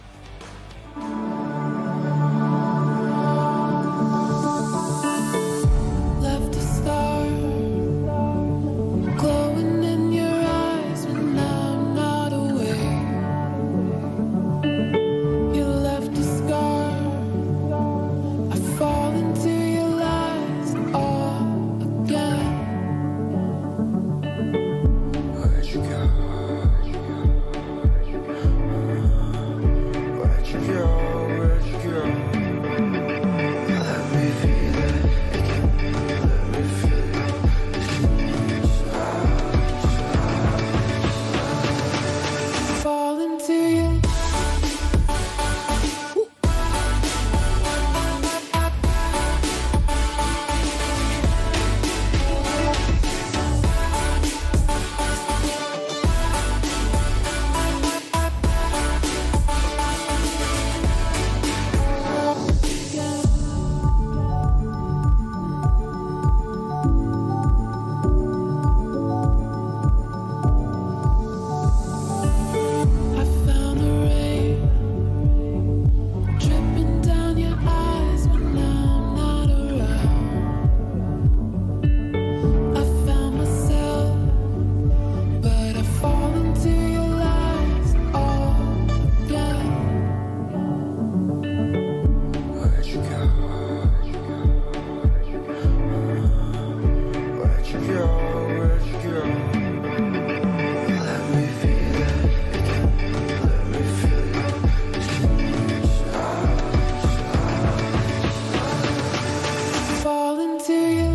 Left a star glowing in your eyes when I'm not aware. You left a scar. I fall into your lies all again. Where'd you go? Where'd you go? Where'd you go? Let me feel it again. Let me feel it. Fall into you. I found the rain dripping down your eyes when I'm not around. I found myself, but I fall into your lies all again. Where'd you go? Where'd you go? Where'd you go? Let me feel it again. Let me feel it. Fall into you.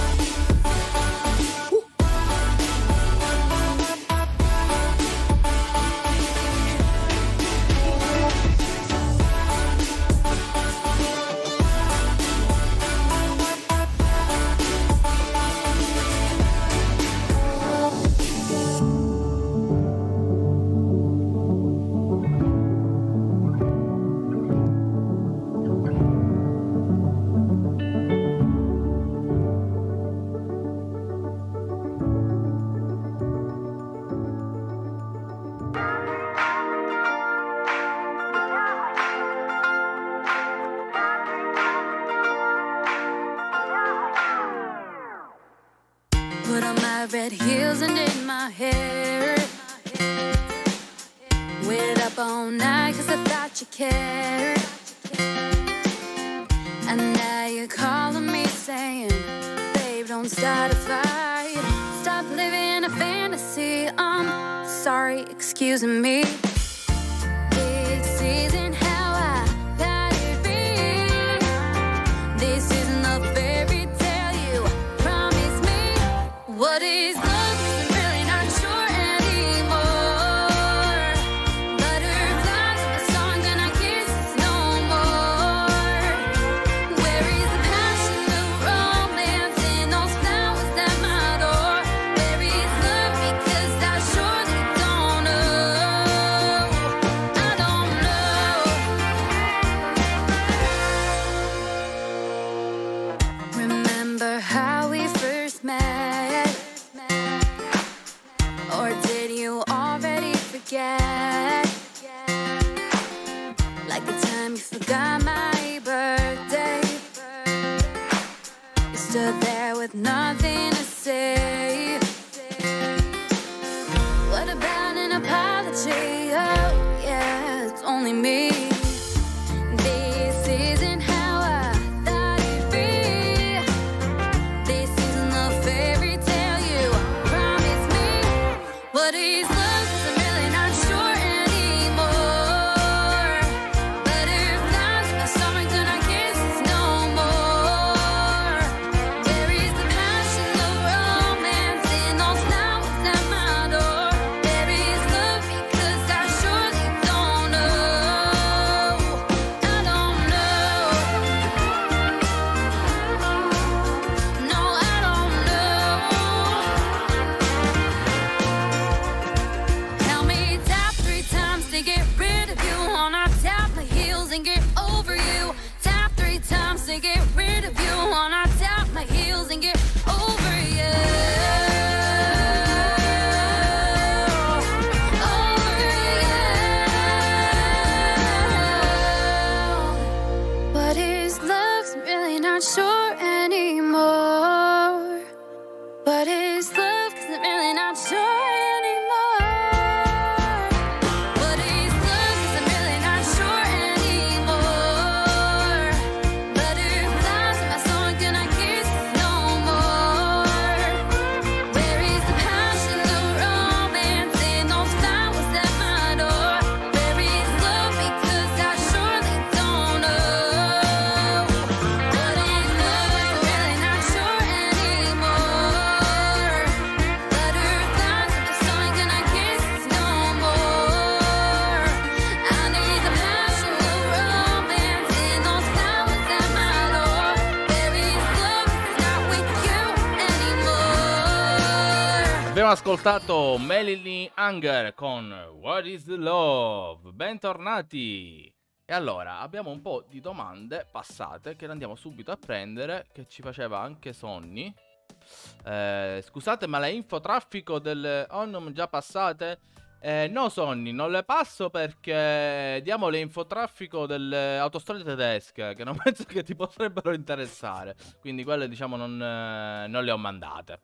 Put on my red heels and did my hair. Waited up all night cause I thought you cared. And now you're calling me saying, babe, don't start a fight. Stop living a fantasy. I'm sorry, excuse me. This isn't how I thought it'd be. This isn't the fairy tale you promised me. What is love? I'm really not sure anymore. Butterflies in the songs and I kiss no more. Where is the passion, the romance in those flowers at my door? Where is love? Because I surely don't know. I don't know. Remember how we first met? Or did you already forget? Like the time you forgot my birthday. You stood there with nothing to say. What about an apology? Oh yeah, it's only me. This isn't how I thought it'd be. This isn't the fairy tale you promised me. What is love? 'Cause I'm really not sure anymore. Butterflies in the over you. Tap three times to get rid of you. Wanna tap my heels and get over you. Over you. But his love's really not sure anymore. But his love isn't really not sure anymore. But his love isn't really not sure anymore. Butterflies in my stomach and I kiss no more. Where is the passion, the romance in those flowers at my door? Where is love, because I surely don't know. But his love isn't really not sure anymore. Butterflies in my stomach and I kiss no more. I need the passion, the romance in those flowers at my door. Where is love, it's not with you anymore. Abbiamo ascoltato Melanie Unger con What is the Love? Bentornati! E allora, abbiamo un po' di domande passate che le andiamo subito a prendere, che ci faceva anche Sonny. Eh, scusate, ma le infotraffico del Onnum già passate? Eh, no Sonny, non le passo perché diamo le infotraffico delle autostrade tedesche, che non penso che ti potrebbero interessare. Quindi quelle diciamo non, eh, non le ho mandate.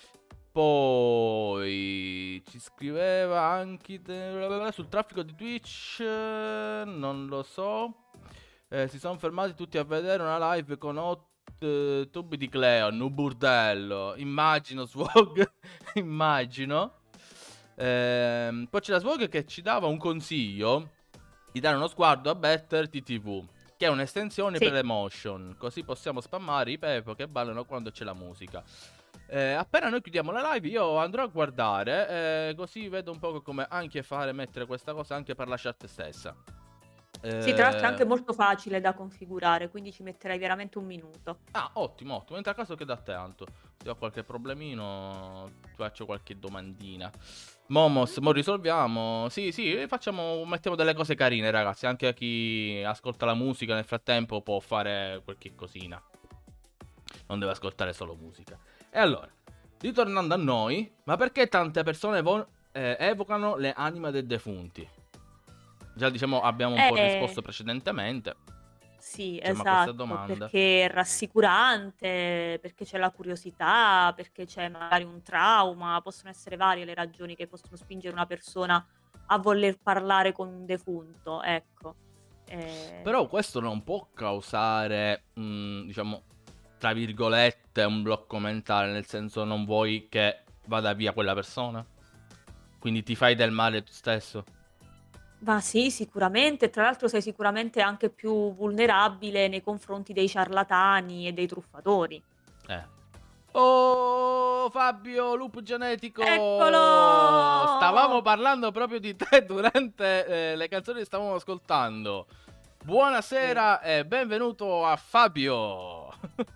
Poi ci scriveva anche te- sul traffico di Twitch, eh, non lo so. Eh, si sono fermati tutti a vedere una live con otto eh, tubi di Cleon, un burdello. Immagino, Swog, immagino. Ehm, poi c'è la Swog che ci dava un consiglio di dare uno sguardo a Better T T V, che è un'estensione Sì. per le motion, così possiamo spammare i Pepo che ballano quando c'è la musica. Eh, appena noi chiudiamo la live io andrò a guardare, eh, così vedo un po' come anche fare, mettere questa cosa anche per la chat stessa. Sì, tra l'altro è Eh, anche molto facile da configurare, quindi ci metterai veramente un minuto. Ah, ottimo, ottimo. Entra a caso che da tanto. Se ho qualche problemino, ti faccio qualche domandina. Momos, mo risolviamo. Sì, sì, facciamo, mettiamo delle cose carine, ragazzi. Anche a chi ascolta la musica nel frattempo può fare qualche cosina. Non deve ascoltare solo musica. E allora, ritornando a noi, ma perché tante persone vo- eh, evocano le anime dei defunti? Già diciamo abbiamo un po' Eh, risposto precedentemente. Sì, Insomma, questa esatto, domanda. perché è rassicurante, perché c'è la curiosità, perché c'è magari un trauma, possono essere varie le ragioni che possono spingere una persona a voler parlare con un defunto, ecco. Eh, Però questo non può causare, mh, diciamo, tra virgolette, un blocco mentale, nel senso non vuoi che vada via quella persona? Quindi ti fai del male tu stesso? Ma sì, sicuramente, tra l'altro sei sicuramente anche più vulnerabile nei confronti dei ciarlatani e dei truffatori. Eh. Oh, Fabio, loop genetico! Eccolo! Stavamo parlando proprio di te durante eh, le canzoni che stavamo ascoltando. Buonasera e benvenuto a Fabio!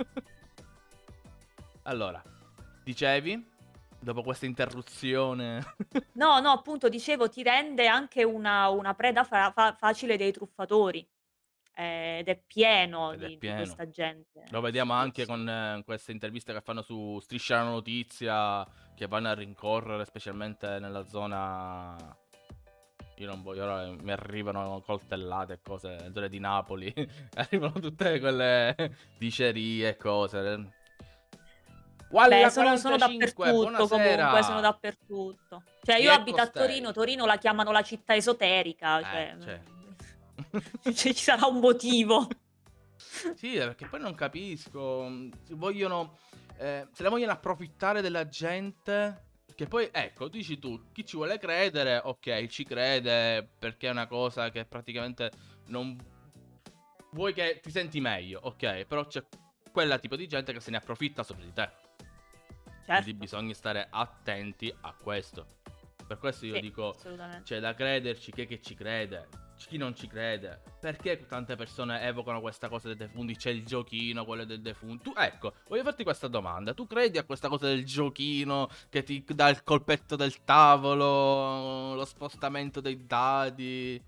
Allora, dicevi, dopo questa interruzione... No, no, appunto, dicevo, ti rende anche una, una preda fa- fa- facile dei truffatori. Eh, ed è pieno, Ed è di, di pieno. questa gente. Lo vediamo Sì, anche sì. con eh, queste interviste che fanno su Striscia la Notizia, che vanno a rincorrere specialmente nella zona... Io non voglio, ora mi arrivano coltellate e cose, nelle zone di Napoli, arrivano tutte quelle dicerie e cose. Walla Beh, sono, sono quarantacinque, dappertutto buonasera. comunque, sono dappertutto. Cioè, Chi io è abito a costei? Torino, Torino la chiamano la città esoterica, Eh, cioè, cioè. cioè, ci sarà un motivo. Sì, eh, perché poi non capisco. mh, Se vogliono. eh, se la vogliono approfittare della gente. Che poi, ecco, dici tu, chi ci vuole credere, ok, ci crede perché è una cosa che praticamente non. Vuoi che ti senti meglio, ok, però c'è quella tipo di gente che se ne approfitta sopra di te. Quindi Certo, bisogna stare attenti a questo. Per questo io sì, dico, assolutamente. c'è da crederci, chi è che ci crede, chi non ci crede. Perché tante persone evocano questa cosa dei defunti? C'è il giochino, quello del defunto. Tu, ecco, voglio farti questa domanda. Tu credi a questa cosa del giochino che ti dà il colpetto del tavolo, lo spostamento dei dadi?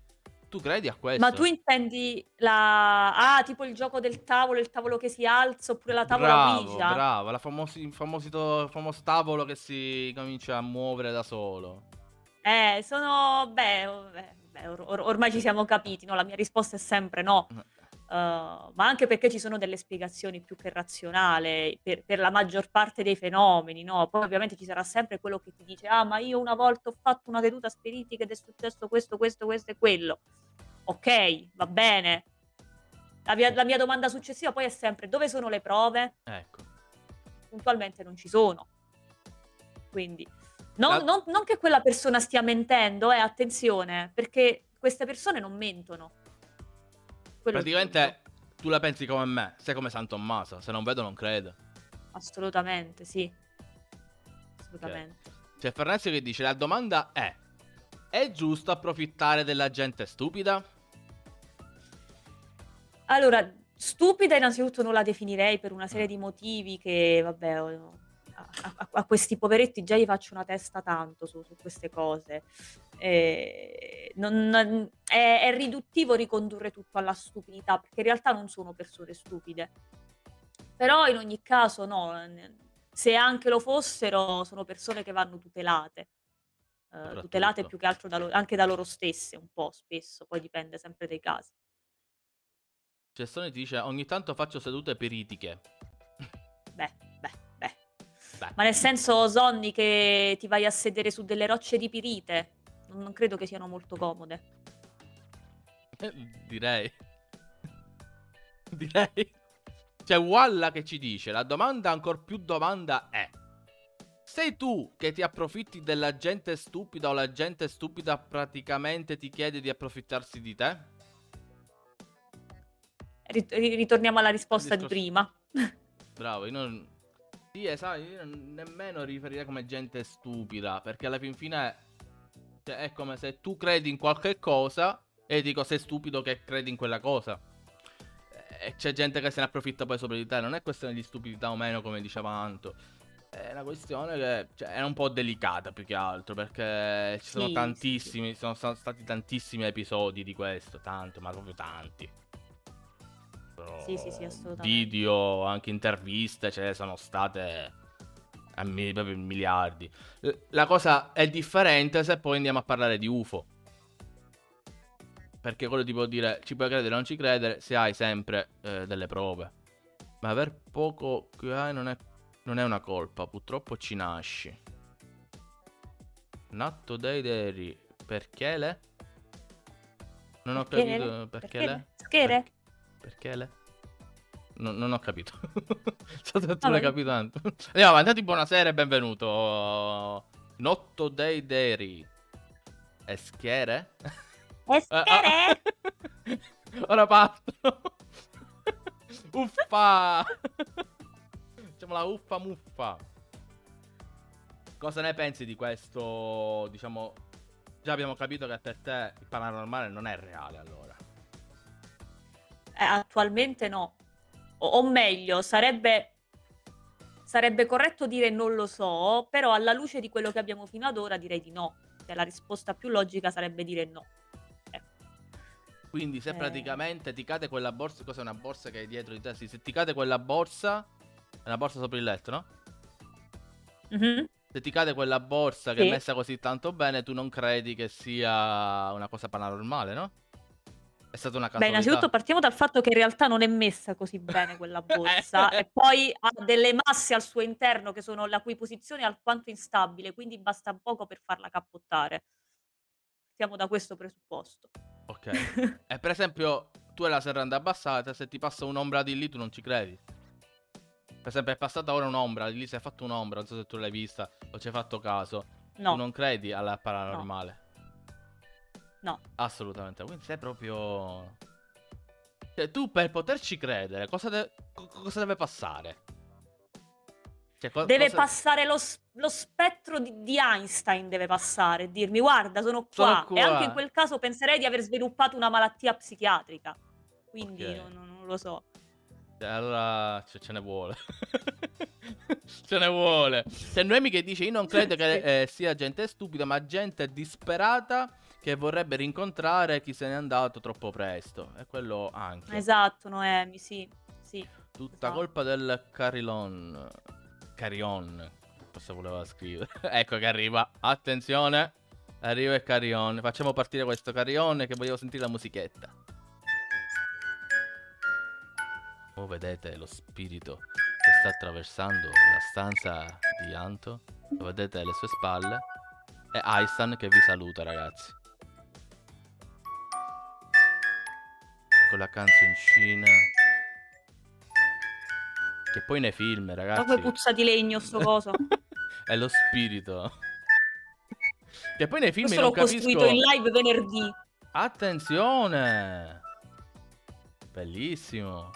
Tu credi a questo? Ma tu intendi la... Ah, tipo il gioco del tavolo, il tavolo che si alza, oppure la tavola Bravo, Ouija? bravo, la famosi, il famosito- famoso tavolo che si comincia a muovere da solo. Eh, sono... Beh, oh, beh, beh, or- or- ormai ci siamo capiti, no? La mia risposta è sempre no. Uh, ma anche perché ci sono delle spiegazioni più che razionali per, per la maggior parte dei fenomeni, no? Poi ovviamente ci sarà sempre quello che ti dice: ah, ma io una volta ho fatto una seduta spiritica ed è successo questo, questo, questo e quello. Ok, va bene. La mia, la mia domanda successiva poi è sempre: dove sono le prove? Ecco. Puntualmente non ci sono. Quindi non, La- non- non che quella persona stia mentendo, eh, attenzione, perché queste persone non mentono. Quello è il punto. Praticamente tu la pensi come me, sei come San Tommaso, se non vedo non credo. Assolutamente, sì. Assolutamente. C'è Fernazio che dice: la domanda è: è giusto approfittare della gente stupida? Allora, stupida innanzitutto non la definirei per una serie di motivi che, vabbè, ho- a, a- a questi poveretti già gli faccio una testa tanto su, su queste cose. Eh, non- non- è, è riduttivo ricondurre tutto alla stupidità, perché in realtà non sono persone stupide. Però in ogni caso, no, n- se anche lo fossero, sono persone che vanno tutelate. Eh, tutelate Soprattutto. più che altro da lo- anche da loro stesse, un po' spesso, poi dipende sempre dai casi. Cessone ti dice: ogni tanto faccio sedute peritiche. Beh, beh, beh. Beh. Ma nel senso, Sonny, che ti vai a sedere su delle rocce di pirite, non, non credo che siano molto comode. Eh, Direi. Direi. C'è Walla che ci dice: la domanda ancor più domanda è: sei tu che ti approfitti della gente stupida o la gente stupida praticamente ti chiede di approfittarsi di te? Rit- ri- ritorniamo alla risposta di Discorso- prima. Bravo, io non... Sì, esatto, io non- nemmeno riferirei come gente stupida, perché alla fin fine cioè, è come se tu credi in qualche cosa e dico sei stupido che credi in quella cosa. E c'è gente che se ne approfitta poi sopra di te, non è questione di stupidità o meno come diceva Anto. È una questione che cioè, è un po' delicata più che altro, perché ci sono Sì, sì, tantissimi, sono sta- stati tantissimi episodi di questo, tanto, ma proprio tanti. Sono Sì, sì, sì, assolutamente. Video, anche interviste, ce ne sono state a mi- proprio in miliardi. L- La cosa è differente se poi andiamo a parlare di U F O. Perché quello ti può dire ci puoi credere o non ci credere se hai sempre eh, delle prove. Ma aver poco che hai non è, non è una colpa, purtroppo ci nasci. Natto dei deri, perché le? Non ho Perché capito le? perché, Perché le? le? Schere? Per- perché le? No- non ho capito. So se tu Vabbè. l'hai capito tanto. Andiamo avanti, tanti buonasera e benvenuto. Notto dei deri. E schiere? E Ah, ah. schere? Ora parto. Uffa. Facciamo la uffa muffa. Cosa ne pensi di questo? Diciamo, già abbiamo capito che per te il paranormale non è reale, allora. Eh, attualmente no. O, o meglio, sarebbe, sarebbe corretto dire non lo so, però alla luce di quello che abbiamo fino ad ora direi di no. Cioè, la risposta più logica sarebbe dire no. Quindi se Eh. praticamente ti cade quella borsa, cos'è una borsa che è dietro di te? Sì, se ti cade quella borsa, è una borsa sopra il letto, no? Mhm. Se ti cade quella borsa che Sì. è messa così tanto bene, tu non credi che sia una cosa paranormale, no? È stata una Beh, casualità. innanzitutto partiamo dal fatto che in realtà non è messa così bene quella borsa e poi ha delle masse al suo interno che sono la cui posizione è alquanto instabile, quindi basta poco per farla cappottare. Partiamo da questo presupposto. Ok. E per esempio, tu hai la serranda abbassata, se ti passa un'ombra di lì tu non ci credi. Per esempio è passata ora un'ombra, di lì si è fatto un'ombra, non so se tu l'hai vista o ci hai fatto caso. No. Tu non credi alla paranormale? No. Assolutamente. Quindi sei proprio... Cioè, tu per poterci credere, cosa, de- co- cosa deve passare? Cioè, co- Deve cosa- passare lo, s- lo spettro di, di Einstein, deve passare e dirmi guarda, sono qua. Sono qua. E anche in quel caso penserei di aver sviluppato una malattia psichiatrica. Quindi Ok. non, non- non lo so. Cioè, allora ce, ce ne vuole. Ce ne vuole. C'è Noemi che dice: io non credo che Sì. eh, sia gente stupida, ma gente disperata che vorrebbe rincontrare chi se n'è andato troppo presto. E quello anche. Esatto, Noemi, sì, sì. Tutta esatto. colpa del Carillon. Carillon. Cosa voleva scrivere? Ecco che arriva. Attenzione. Arriva il Carillon. Facciamo partire questo Carillon che voglio sentire la musichetta. Oh, vedete lo spirito che sta attraversando la stanza di Anto. Lo vedete alle sue spalle. E Aistan che vi saluta, ragazzi. Con la canzoncina. Che poi nei film, ragazzi. Ma come puzza di legno sto coso. È lo spirito. Che poi nei film Questo non l'ho costruito capisco. in live venerdì. Attenzione. Bellissimo.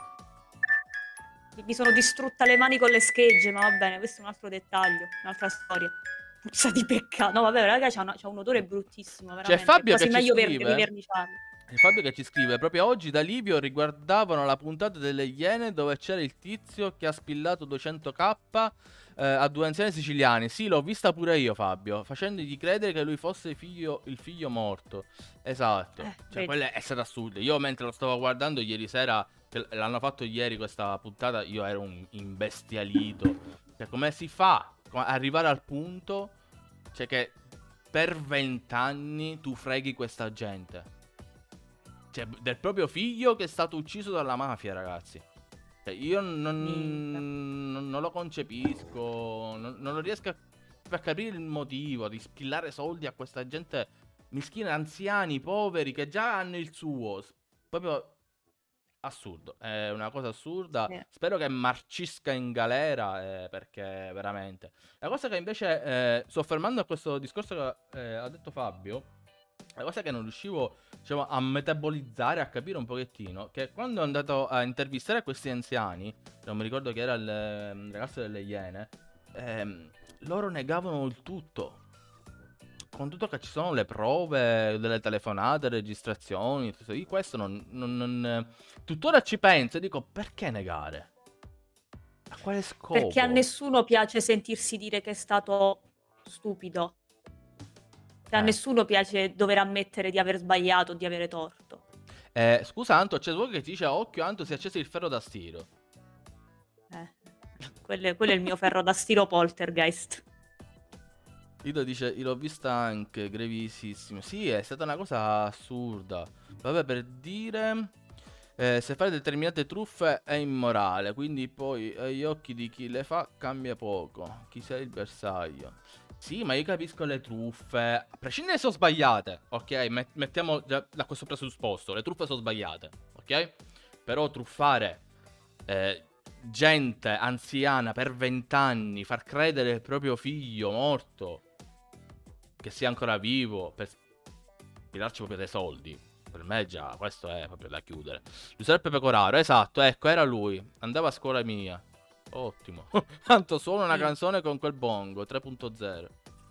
Mi sono distrutta le mani con le schegge, ma va bene, questo è un altro dettaglio, un'altra storia. Puzza di peccato. No, vabbè, raga, c'ha, una- c'ha un odore bruttissimo, veramente. C'è Fabio Quasi che ci meglio ver- scrive. riverniciarlo. C'è Fabio che ci scrive. Proprio oggi da Livio riguardavano la puntata delle Iene dove c'era il tizio che ha spillato duecento k eh, a due anziani siciliani. Sì, l'ho vista pure io, Fabio, facendogli credere che lui fosse figlio, il figlio morto. Esatto. Eh, Cioè, vedi. quella è stata assurda. Io mentre lo stavo guardando ieri sera, che l'hanno fatto ieri questa puntata, io ero un imbestialito. Cioè, come si fa a arrivare al punto, cioè, che per vent'anni tu freghi questa gente? Cioè, del proprio figlio che è stato ucciso dalla mafia, ragazzi. Cioè, io non, non, non lo concepisco. Non, non lo riesco a, a capire il motivo di spillare soldi a questa gente mischina, anziani, poveri, che già hanno il suo. S- Proprio assurdo. È una cosa assurda. Sì. Spero che marcisca in galera, eh, perché veramente. La cosa che invece, eh, soffermando a questo discorso che eh, ha detto Fabio, la cosa che non riuscivo, diciamo, a metabolizzare, a capire un pochettino, che quando è andato a intervistare questi anziani, non mi ricordo che era il ehm, ragazzo delle Iene, ehm, loro negavano il tutto. Con tutto che ci sono le prove, delle telefonate, registrazioni, tutto- io questo non, non- non- tuttora ci penso e dico, perché negare? A quale scopo? Perché a nessuno piace sentirsi dire che è stato stupido. Cioè, a Eh. nessuno piace dover ammettere di aver sbagliato, di avere torto. Eh, scusa Anto, c'è uno che ti dice, occhio Anto, si è acceso il ferro da stiro. Eh. Quello, è- quello è il mio ferro da stiro poltergeist. Ido dice, io l'ho vista anche, gravissimo. Sì, è stata una cosa assurda. Vabbè, per dire, eh, se fare determinate truffe è immorale, quindi poi agli occhi di chi le fa cambia poco. Chi sei il bersaglio. Sì, ma io capisco le truffe, a prescindere se sono sbagliate, ok? Met- mettiamo già da questo presupposto, le truffe sono sbagliate, ok? Però truffare eh, gente anziana per vent'anni, far credere il proprio figlio morto che sia ancora vivo per spillarci proprio dei soldi, per me già questo è proprio da chiudere. Giuseppe Pecoraro, esatto, ecco, era lui, andava a scuola mia. Ottimo. Tanto suona una Mm. canzone con quel bongo tre punto zero.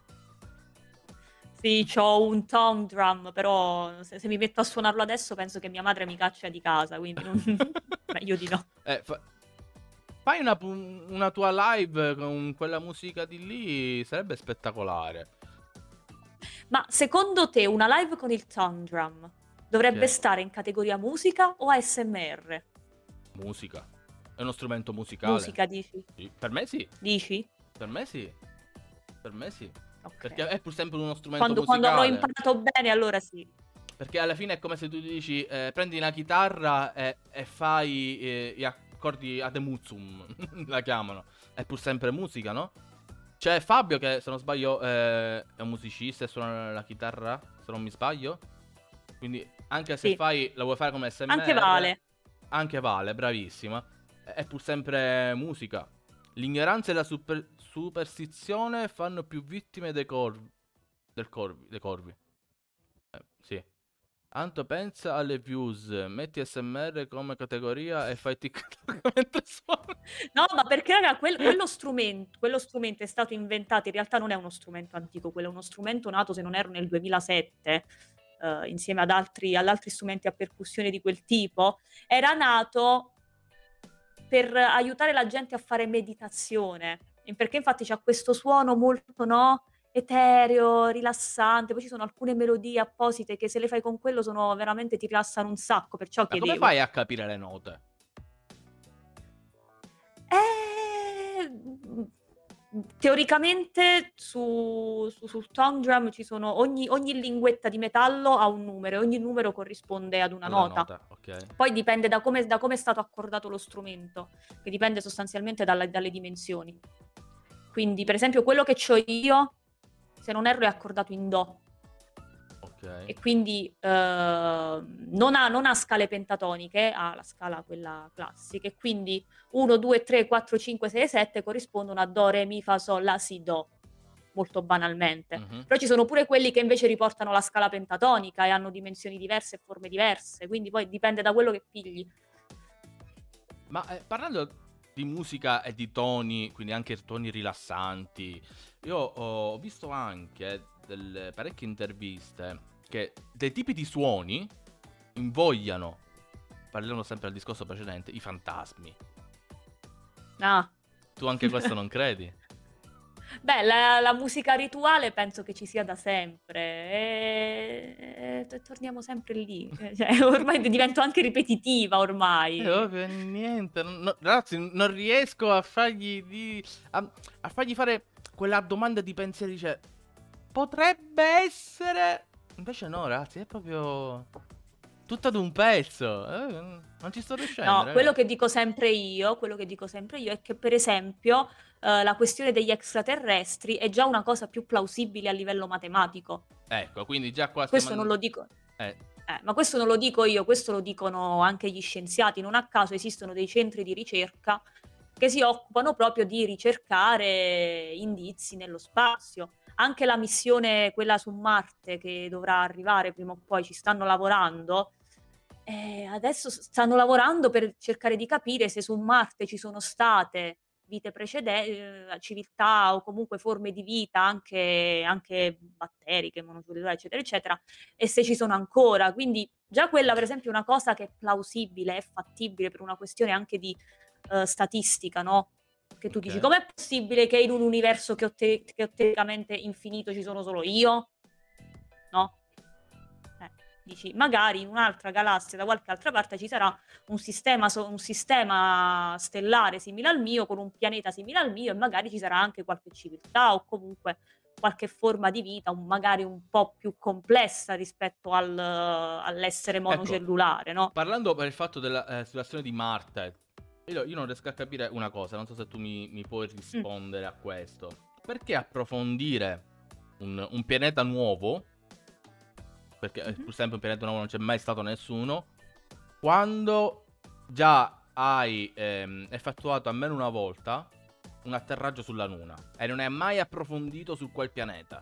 Sì, c'ho un tongue drum, però se, se mi metto a suonarlo adesso penso che mia madre mi caccia di casa, quindi non... meglio di no. Eh, fa- Fai una, pu- una tua live con quella musica di lì, sarebbe spettacolare. Ma secondo te una live con il tongue drum dovrebbe Sì. stare in categoria musica o A S M R? Musica. È uno strumento musicale. Musica, dici? Sì. Per me sì. Dici? Per me sì. Per me sì. Ok. Perché è pur sempre uno strumento Quando, quando musicale. avrò imparato bene, allora sì. Perché alla fine è come se tu dici, eh, prendi una chitarra e, e fai eh, gli accordi ademuzum, la chiamano. È pur sempre musica, no? C'è Fabio che, se non sbaglio, eh, è un musicista e suona la chitarra, se non mi sbaglio. Quindi anche se Sì. fai, la vuoi fare come S M R, Anche Vale. anche Vale, bravissima. È pur sempre musica. L'ignoranza e la super- superstizione fanno più vittime dei corvi. Del corvi, dei corvi. Eh, sì. Anto, pensa alle views, metti S M R come categoria e fai TikTok mentre suoni. No, ma perché raga, quel- quello, strumento, quello strumento è stato inventato, in realtà non è uno strumento antico, quello è uno strumento nato, se non erro, nel duemilasette, eh, insieme ad altri, ad altri strumenti a percussione di quel tipo. Era nato per aiutare la gente a fare meditazione, perché infatti c'ha questo suono molto, no, etereo, rilassante. Poi ci sono alcune melodie apposite che se le fai con quello sono veramente ti rilassano un sacco, perciò Ma come chiedevo. fai a capire le note? Eh, mm, teoricamente su, su- sul tongue drum ci sono ogni, ogni linguetta di metallo ha un numero e ogni numero corrisponde ad una Alla nota. nota, ok. Poi dipende da come, da come è stato accordato lo strumento, che dipende sostanzialmente dalla- dalle dimensioni. Quindi, per esempio, quello che ho io, se non erro, è accordato in Do. Ok. E quindi eh, non ha, non ha scale pentatoniche, ha la scala quella classica, e quindi uno, due, tre, quattro, cinque, sei, sette corrispondono a Do, Re, Mi, Fa, Sol, La, Si, Do, molto banalmente. Mhm. Però ci sono pure quelli che invece riportano la scala pentatonica e hanno dimensioni diverse e forme diverse, quindi poi dipende da quello che pigli. Ma eh, parlando di musica e di toni, quindi anche toni rilassanti, io ho visto anche delle parecchie interviste che dei tipi di suoni invogliano, parliamo sempre del discorso precedente, i fantasmi. Ah. Tu anche questo non credi? Beh, la, la musica rituale penso che ci sia da sempre. E, e torniamo sempre lì. Cioè, ormai divento anche ripetitiva ormai. Eh, vabbè, niente, non- no- ragazzi, non riesco a fargli di, a, a fargli fare quella domanda di pensieri, cioè, potrebbe essere. Invece no, ragazzi, è proprio tutto ad un pezzo. Eh, non ci sto riuscendo. No, ragazzi. quello che dico sempre io, quello che dico sempre io è che per esempio eh, la questione degli extraterrestri è già una cosa più plausibile a livello matematico. Ecco, quindi già qua Questo stiamo non lo dico. Eh, Eh, ma questo non lo dico io, questo lo dicono anche gli scienziati. Non a caso esistono dei centri di ricerca che si occupano proprio di ricercare indizi nello spazio. Anche la missione, quella su Marte, che dovrà arrivare prima o poi, ci stanno lavorando. Eh, adesso s- stanno lavorando per cercare di capire se su Marte ci sono state vite precedenti, eh, civiltà o comunque forme di vita, anche, anche batteriche, monocellulari, eccetera, eccetera, e se ci sono ancora. Quindi già quella, per esempio, è una cosa che è plausibile, è fattibile per una questione anche di eh, statistica, no? Che tu dici, ok. com'è possibile che in un universo che, ho te- che ho teoricamente infinito ci sono solo io? No? Eh, dici, magari in un'altra galassia, da qualche altra parte, ci sarà un sistema, so- un sistema stellare simile al mio, con un pianeta simile al mio, e magari ci sarà anche qualche civiltà o comunque qualche forma di vita, un- magari un po' più complessa rispetto al- all'essere monocellulare, no? Parlando per il fatto della eh, situazione di Marte, io, io non riesco a capire una cosa, non so se tu mi, mi puoi rispondere a questo. Perché approfondire un, un pianeta nuovo, perché eh, Mhm. pur sempre un pianeta nuovo non c'è mai stato nessuno, quando già hai ehm, effettuato almeno una volta un atterraggio sulla Luna e non hai mai approfondito su quel pianeta?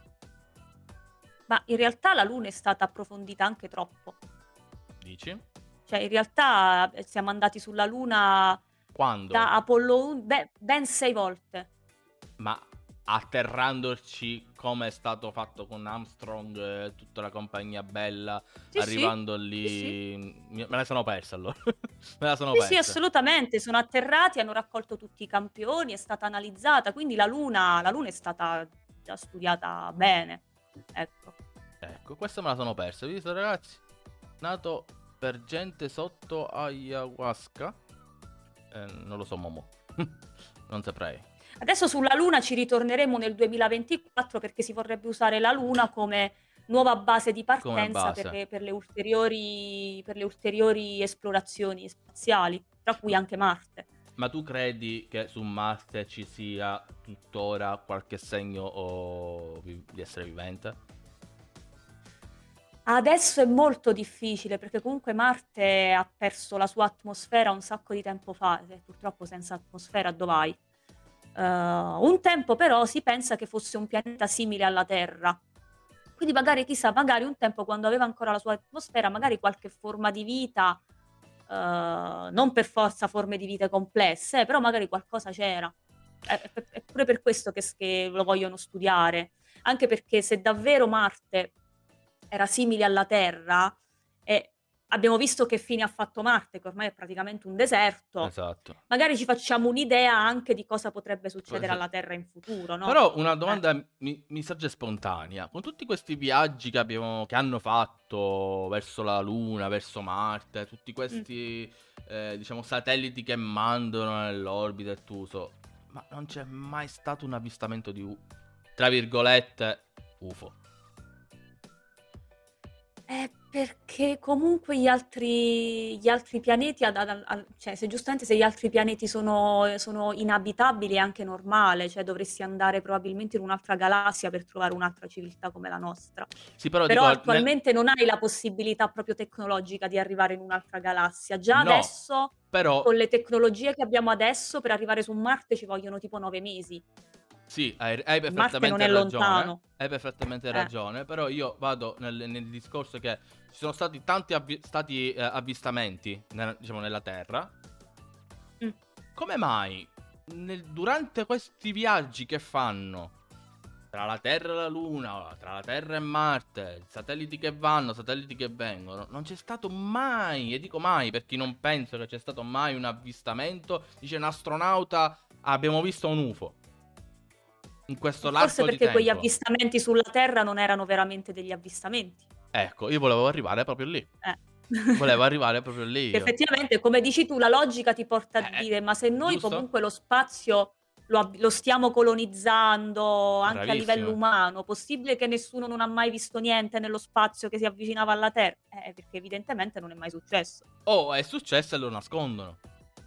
Ma in realtà la Luna è stata approfondita anche troppo. Dici? Cioè, in realtà eh, siamo andati sulla Luna Quando? da Apollo uno beh, ben sei volte. Ma atterrandoci come è stato fatto con Armstrong e tutta la compagnia bella, Sì, arrivando sì, lì, sì, mi- me la sono persa allora. Me la sono Sì, sì, persa. assolutamente. Sono atterrati, hanno raccolto tutti i campioni, è stata analizzata, quindi la Luna, la Luna è stata già studiata bene. Ecco. Ecco, questa me la sono persa. Hai visto, ragazzi? Nato per gente sotto ayahuasca. Eh, non lo so, Momo. Non saprei. Adesso sulla Luna ci ritorneremo nel duemilaventiquattro perché si vorrebbe usare la Luna come nuova base di Come partenza base. per le, per le ulteriori, per le ulteriori esplorazioni spaziali, tra cui anche Marte. Ma tu credi che su Marte ci sia tuttora qualche segno o vi- di essere vivente? Adesso è molto difficile perché comunque Marte ha perso la sua atmosfera un sacco di tempo fa, e purtroppo senza atmosfera dove vai? Eh, un tempo però si pensa che fosse un pianeta simile alla Terra. Quindi magari, chissà, magari un tempo quando aveva ancora la sua atmosfera, magari qualche forma di vita, eh, non per forza forme di vita complesse, eh, però magari qualcosa c'era. È, è- è pure per questo che, che lo vogliono studiare, anche perché se davvero Marte era simile alla Terra, e abbiamo visto che fine ha fatto Marte, che ormai è praticamente un deserto. Esatto. Magari ci facciamo un'idea anche di cosa potrebbe succedere Esa alla Terra in futuro, no? Però una Eh. domanda mi mi sorge spontanea: con tutti questi viaggi che abbiamo che hanno fatto verso la Luna, verso Marte, tutti Mh. questi, ehm, diciamo satelliti che mandano nell'orbita e tutto, ma non c'è mai stato un avvistamento di u tra virgolette "U F O"? Eh, perché comunque gli altri gli altri pianeti ad ad al cioè se giustamente se gli altri pianeti sono sono inabitabili è anche normale, cioè dovresti andare probabilmente in un'altra galassia per trovare un'altra civiltà come la nostra. Sì, però Però dico nel attualmente non hai la possibilità proprio tecnologica di arrivare in un'altra galassia. Già No, adesso, però con le tecnologie che abbiamo adesso, per arrivare su Marte ci vogliono tipo nove mesi. Sì, hai hai Marte non perfettamente è ragione, lontano. hai perfettamente Eh. ragione, però io vado nel nel discorso che ci sono stati tanti avvi stati, ehm, avvistamenti nel diciamo nella Terra. Mh. Come mai nel durante questi viaggi che fanno tra la Terra e la Luna, tra la Terra e Marte, satelliti che vanno, satelliti che vengono, non c'è stato mai, e dico mai perché non penso che c'è stato mai un avvistamento, dice un astronauta: "Abbiamo visto un U F O." In questo Forse l'arco di perché quegli tempo. avvistamenti sulla Terra non erano veramente degli avvistamenti. Ecco, io volevo arrivare proprio lì. Eh. Volevo arrivare proprio lì Che io. effettivamente, come dici tu, la logica ti porta a Eh, eh, dire: "Ma se noi giusto? comunque lo spazio lo ab lo stiamo colonizzando anche a livello Bravissima. umano, possibile che nessuno non ha mai visto niente nello spazio che si avvicinava alla Terra?" Eh, perché evidentemente non è mai successo. O è successo e lo nascondono.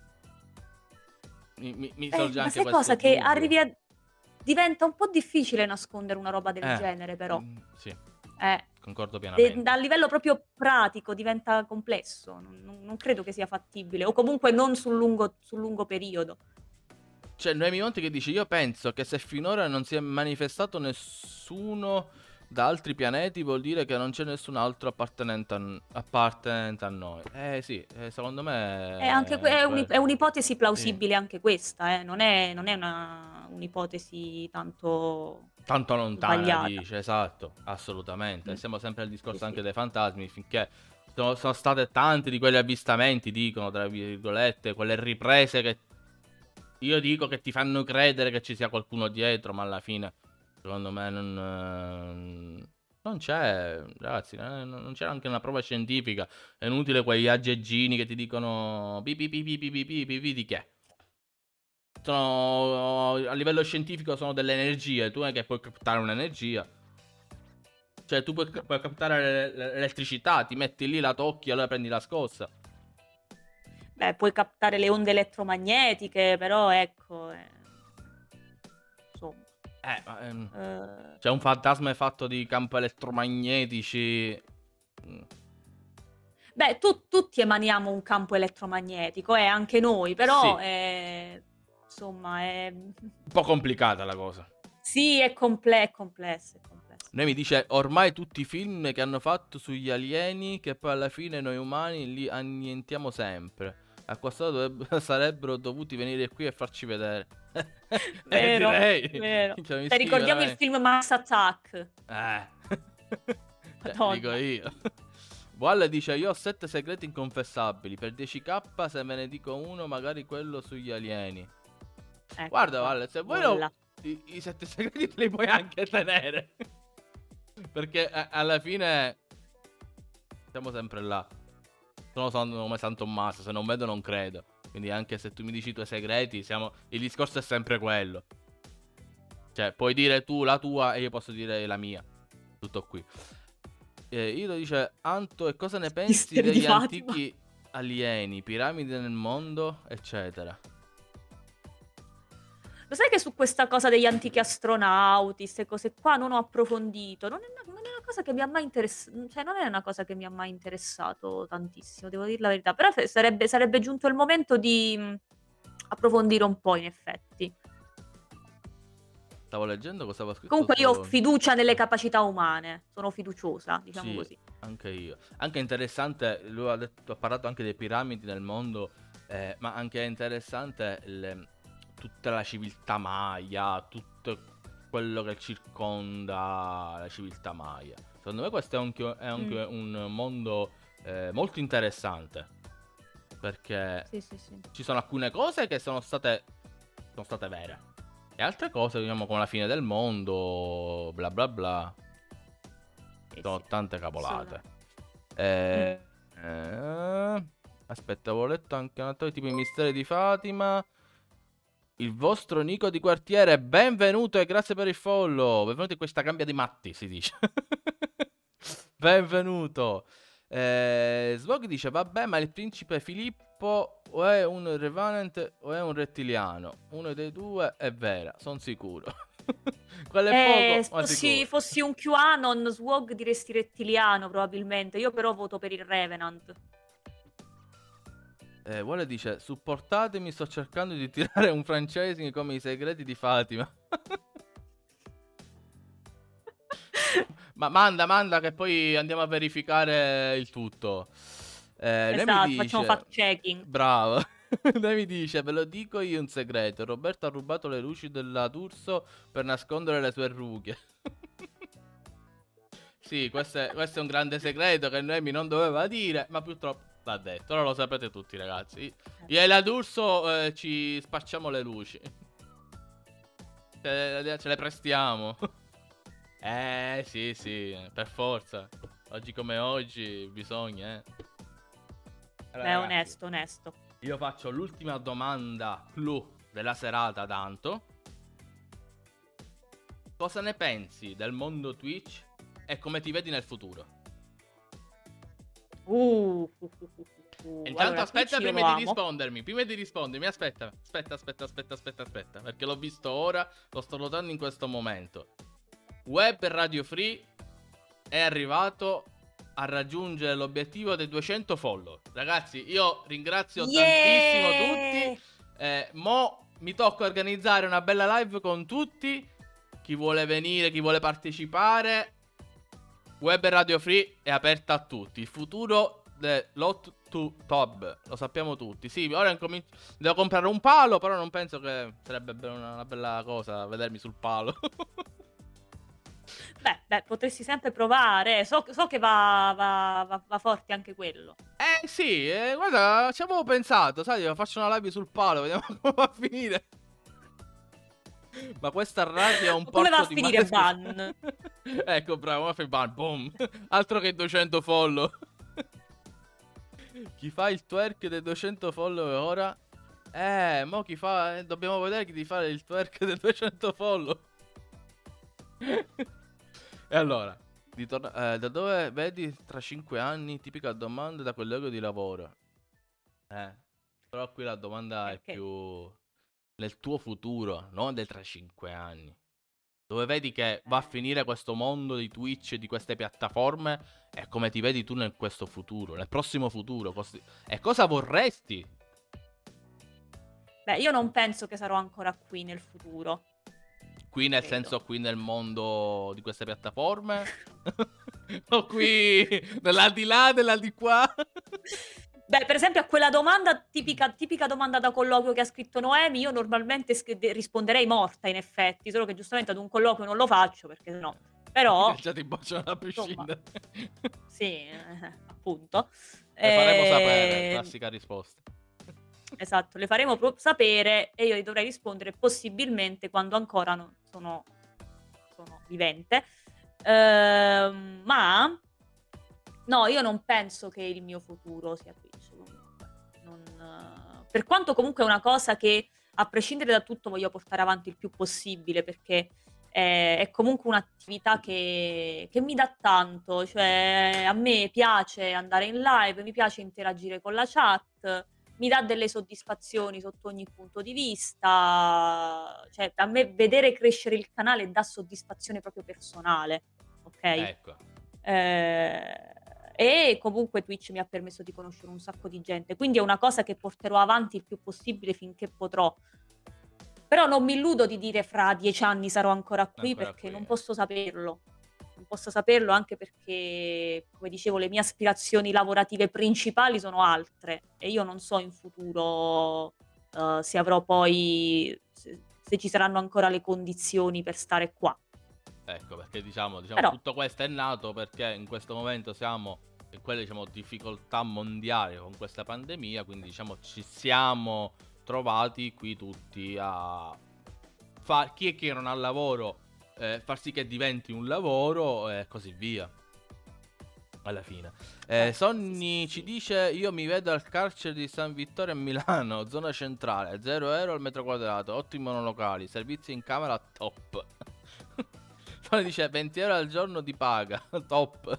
Mi mi mi Eh, sorge ma anche sai questo cosa? Che dubbio. arrivi a diventa un po' difficile nascondere una roba del Eh, genere però. mhmm, sì, Eh. concordo De pienamente. dal livello proprio pratico diventa complesso, non non non credo che sia fattibile, o comunque non sul lungo sul lungo periodo. Cioè, Noemi Monti che dice: "Io penso che se finora non si è manifestato nessuno da altri pianeti, vuol dire che non c'è nessun altro appartenente a n appartenente a noi." Eh sì, eh, secondo me È anche que è un'i que è un'ipotesi sì. plausibile anche questa, eh, non è non è una un'ipotesi tanto Tanto lontana sbagliata. dice, esatto, assolutamente. Mh. Siamo sempre al Sì, discorso sì. anche dei fantasmi, finché sono sono state tanti di quegli avvistamenti, dicono tra virgolette, quelle riprese che io dico che ti fanno credere che ci sia qualcuno dietro, ma alla fine secondo me non non c'è, ragazzi, non non c'è anche una prova scientifica. È inutile quegli aggeggini che ti dicono pi pi pi pi pi pi pi pi pi di che? Sono a livello scientifico sono delle energie, tu non è che puoi captare un'energia. Cioè tu puoi, puoi captare l'elettricità, ti metti lì, la tocchi, allora prendi la scossa. Beh, puoi captare le onde elettromagnetiche, però ecco, eh, insomma. Eh, ma, ehm, Uhm c'è un fantasma è fatto di campo elettromagnetici. Mh. Beh, tu tutti emaniamo un campo elettromagnetico, eh, anche noi, però, Sì. ehm, insomma è Un po' complicata la cosa. Sì, è comple è complesso, è complesso. Noemi dice: "Ormai tutti i film che hanno fatto sugli alieni, che poi alla fine noi umani li annientiamo sempre. A questo dovrebbe sarebbero dovuti venire qui e farci vedere." Eh, Vero, direi. vero. Cioè, mi Cioè, spieghi ricordiamo il veramente. film Mars Attack. Eh. Cioè, Madonna. dico io. Wall dice: "Io ho sette segreti inconfessabili. Per dieci K se me ne dico uno, magari quello sugli alieni." Ecco Guarda, qua, Valle, se vuoi lo bolla. i i sette segreti te li puoi anche tenere. Perché a alla fine siamo sempre là. Sono san come San Tommaso, se non vedo non credo. Quindi anche se tu mi dici i tuoi segreti, siamo il discorso è sempre quello. Cioè, puoi dire tu la tua e io posso dire la mia. Tutto qui. Eh, Ido dice: "Anto, e cosa ne pensi Misteri di degli Fatima. antichi alieni, piramidi nel mondo, eccetera?" Lo sai che su questa cosa degli antichi astronauti, 'ste cose qua, non ho approfondito. Non è una non è una cosa che mi ha mai interess mhmm, cioè non è una cosa che mi ha mai interessato tantissimo, devo dir la verità. Però fe sarebbe sarebbe giunto il momento di, mhmm, approfondire un po' in effetti. Stavo leggendo cosa aveva scritto Comunque io ho su fiducia nelle capacità umane, sono fiduciosa, diciamo Sì, così. anche io. Anche interessante, lui ha detto ha parlato anche dei piramidi nel mondo, ehm, ma anche interessante il tutta la civiltà Maya, tutto quello che circonda la civiltà Maya. Secondo me questo è anche è anche Mh. un mondo eh, molto interessante, perché Sì, sì, sì. ci sono alcune cose che sono state sono state vere e altre cose, diciamo, come la fine del mondo, bla bla bla, Sì, sono sì, tante cavolate. assolutamente. Eh, eh, aspetta, avevo letto anche un altro tipo i misteri di Fatima. Il vostro Nico di quartiere, benvenuto e grazie per il follow. Benvenuto in questa gabbia di matti, si dice. Benvenuto. Eh, Svog dice, vabbè, ma il principe Filippo o è un Revenant o è un rettiliano? Uno dei due è vera, sono sicuro. Quello è Eh, poco, ma fossi, sicuro. fossi un QAnon, Swog diresti rettiliano probabilmente. Io però voto per il Revenant. Eh, Vuole dice, supportatemi, sto cercando di tirare un franchising come i segreti di Fatima. Ma manda, manda che poi andiamo a verificare il tutto. Eh, lei mi Esatto, dice, facciamo fact checking. bravo. Lei mi dice, ve lo dico io un segreto. Roberto ha rubato le luci della D'Urso per nascondere le sue rughe. Sì, questo è, questo è un grande segreto che Noemi non doveva dire, ma purtroppo l'ha detto. Ora lo sapete tutti, ragazzi. Io e la D'Urso eh, ci spacciamo le luci. Ce, ce le prestiamo. Eh, sì, sì, per forza. Oggi come oggi bisogna, eh. Allora, Beh, ragazzi, onesto, onesto. io faccio l'ultima domanda clou della serata, tanto. Cosa ne pensi del mondo Twitch e come ti vedi nel futuro? Uh, uh, uh, uh, uh. E intanto Allora, aspetta, Twitch io prima lo di amo. rispondermi, prima di rispondermi, aspetta, aspetta, aspetta, aspetta, aspetta, aspetta, perché l'ho visto ora, lo sto notando in questo momento. Web Radio Free è arrivato a raggiungere l'obiettivo dei duecento follow. Ragazzi, io ringrazio tantissimo Yeah! tutti. Eh, mo mi tocca organizzare una bella live con tutti. Chi vuole venire, chi vuole partecipare. Web Radio Free è aperta a tutti. Il futuro dell'Hot to Tob lo sappiamo tutti. Sì, ora incomin- devo comprare un palo, però non penso che sarebbe be- una, una bella cosa vedermi sul palo. Beh, beh, potresti sempre provare. So, so che va, va, va, va forte anche quello. Eh sì, eh, guarda, ci avevo pensato, sai, faccio una live sul palo, vediamo come va a finire. Ma questa radio è un Come va porto a di finire male- ban? Ecco, bravo, ma fai ban, boom. Altro che duecento follow. Chi fa il twerk dei duecento follow ora? Eh, mo chi fa... eh, dobbiamo vedere chi ti fa il twerk dei duecento follow. E allora, di torna- eh, da dove vedi tra cinque anni? Tipica domanda da colloquio di lavoro. Eh, però qui la domanda è Perché? più nel tuo futuro, non del tra cinque anni. Dove vedi che va a finire questo mondo di Twitch e di queste piattaforme e come ti vedi tu nel questo futuro, nel prossimo futuro. cos- E cosa vorresti? Beh, io non penso che sarò ancora qui nel futuro. Qui nel Credo. senso qui nel mondo di queste piattaforme? O qui nell'aldilà, della di qua? Beh, per esempio a quella domanda, tipica, tipica domanda da colloquio che ha scritto Noemi, io normalmente sch- de- risponderei morta in effetti, solo che giustamente ad un colloquio non lo faccio perché sennò. Però, Già ti bocciano a prescindere. sì, eh, appunto. Le faremo Eh, sapere, classica risposta. Esatto, le faremo pro- sapere e io gli dovrei rispondere possibilmente quando ancora non sono, sono vivente. Ehm, ma no, io non penso che il mio futuro sia Twitch comunque. Non, eh, per quanto comunque è una cosa che a prescindere da tutto voglio portare avanti il più possibile perché è, è comunque un'attività che, che mi dà tanto, cioè a me piace andare in live, mi piace interagire con la chat, mi dà delle soddisfazioni sotto ogni punto di vista, cioè a me vedere crescere il canale dà soddisfazione proprio personale, ok? Ecco. Eh, e comunque Twitch mi ha permesso di conoscere un sacco di gente, quindi è una cosa che porterò avanti il più possibile finché potrò. Però non mi illudo di dire fra dieci anni sarò ancora qui Ancora perché qui, non eh. posso saperlo. Non posso saperlo anche perché, come dicevo, le mie aspirazioni lavorative principali sono altre e io non so in futuro eh, se avrò poi, se, se ci saranno ancora le condizioni per stare qua. Ecco, perché diciamo, diciamo Però- tutto questo è nato perché in questo momento siamo quelle diciamo difficoltà mondiali con questa pandemia, quindi diciamo ci siamo trovati qui tutti a far chi è che non ha lavoro, eh, far sì che diventi un lavoro e così via. Alla fine eh, Sonny ci dice: io mi vedo al carcere di San Vittorio a Milano, zona centrale, zero euro al metro quadrato, ottimi monolocali, servizi in camera top. Sonny dice venti euro al giorno di paga, top.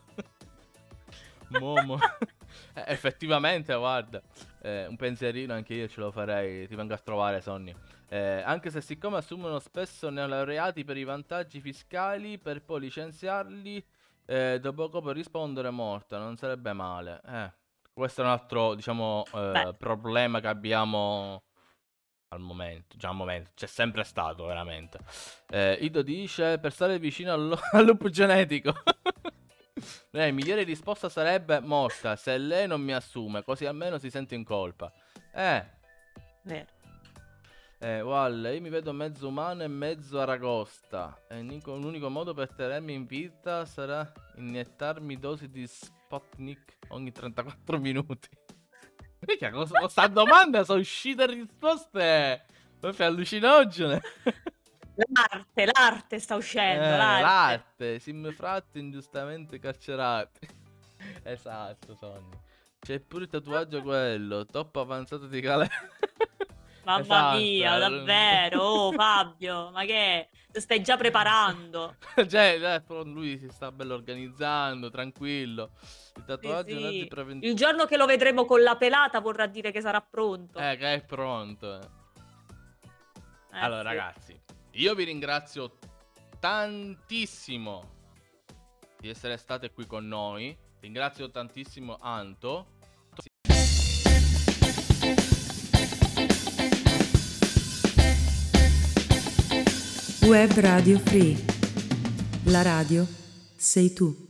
Momo. eh, effettivamente guarda, eh, un pensierino anche io ce lo farei, ti vengo a trovare Sonny. Eh, anche se siccome assumono spesso neolaureati per i vantaggi fiscali per poi licenziarli eh, dopo poco rispondere morta, non sarebbe male. Eh, questo è un altro diciamo eh, problema che abbiamo al momento, già al momento, c'è sempre stato veramente. eh, Ido dice per stare vicino al, al loop genetico. La migliore risposta sarebbe morta se lei non mi assume, così almeno si sente in colpa. Eh Vero. Eh, guarda, io mi vedo mezzo umano e mezzo aragosta. E l'unico, l'unico modo per tenermi in vita sarà iniettarmi dosi di Sputnik ogni trentaquattro minuti. Perché cosa, questa domanda sono uscite risposte proprio allucinogene. L'arte, l'arte sta uscendo, Eh, l'arte. l'arte, simfratti ingiustamente carcerati. Esatto, Sonny. C'è pure il tatuaggio quello, top avanzato di Calè. Mamma Esatto. mia, davvero, oh Fabio, ma che ti stai già preparando? Cioè, eh, però lui si sta bello organizzando, tranquillo. Il tatuaggio Sì, non è sì. di preventivo. Il giorno che lo vedremo con la pelata vorrà dire che sarà pronto. Eh, che è pronto. eh. Eh, Allora, sì. ragazzi, io vi ringrazio tantissimo di essere state qui con noi. Ringrazio tantissimo Anto. Web Radio Free. La radio sei tu.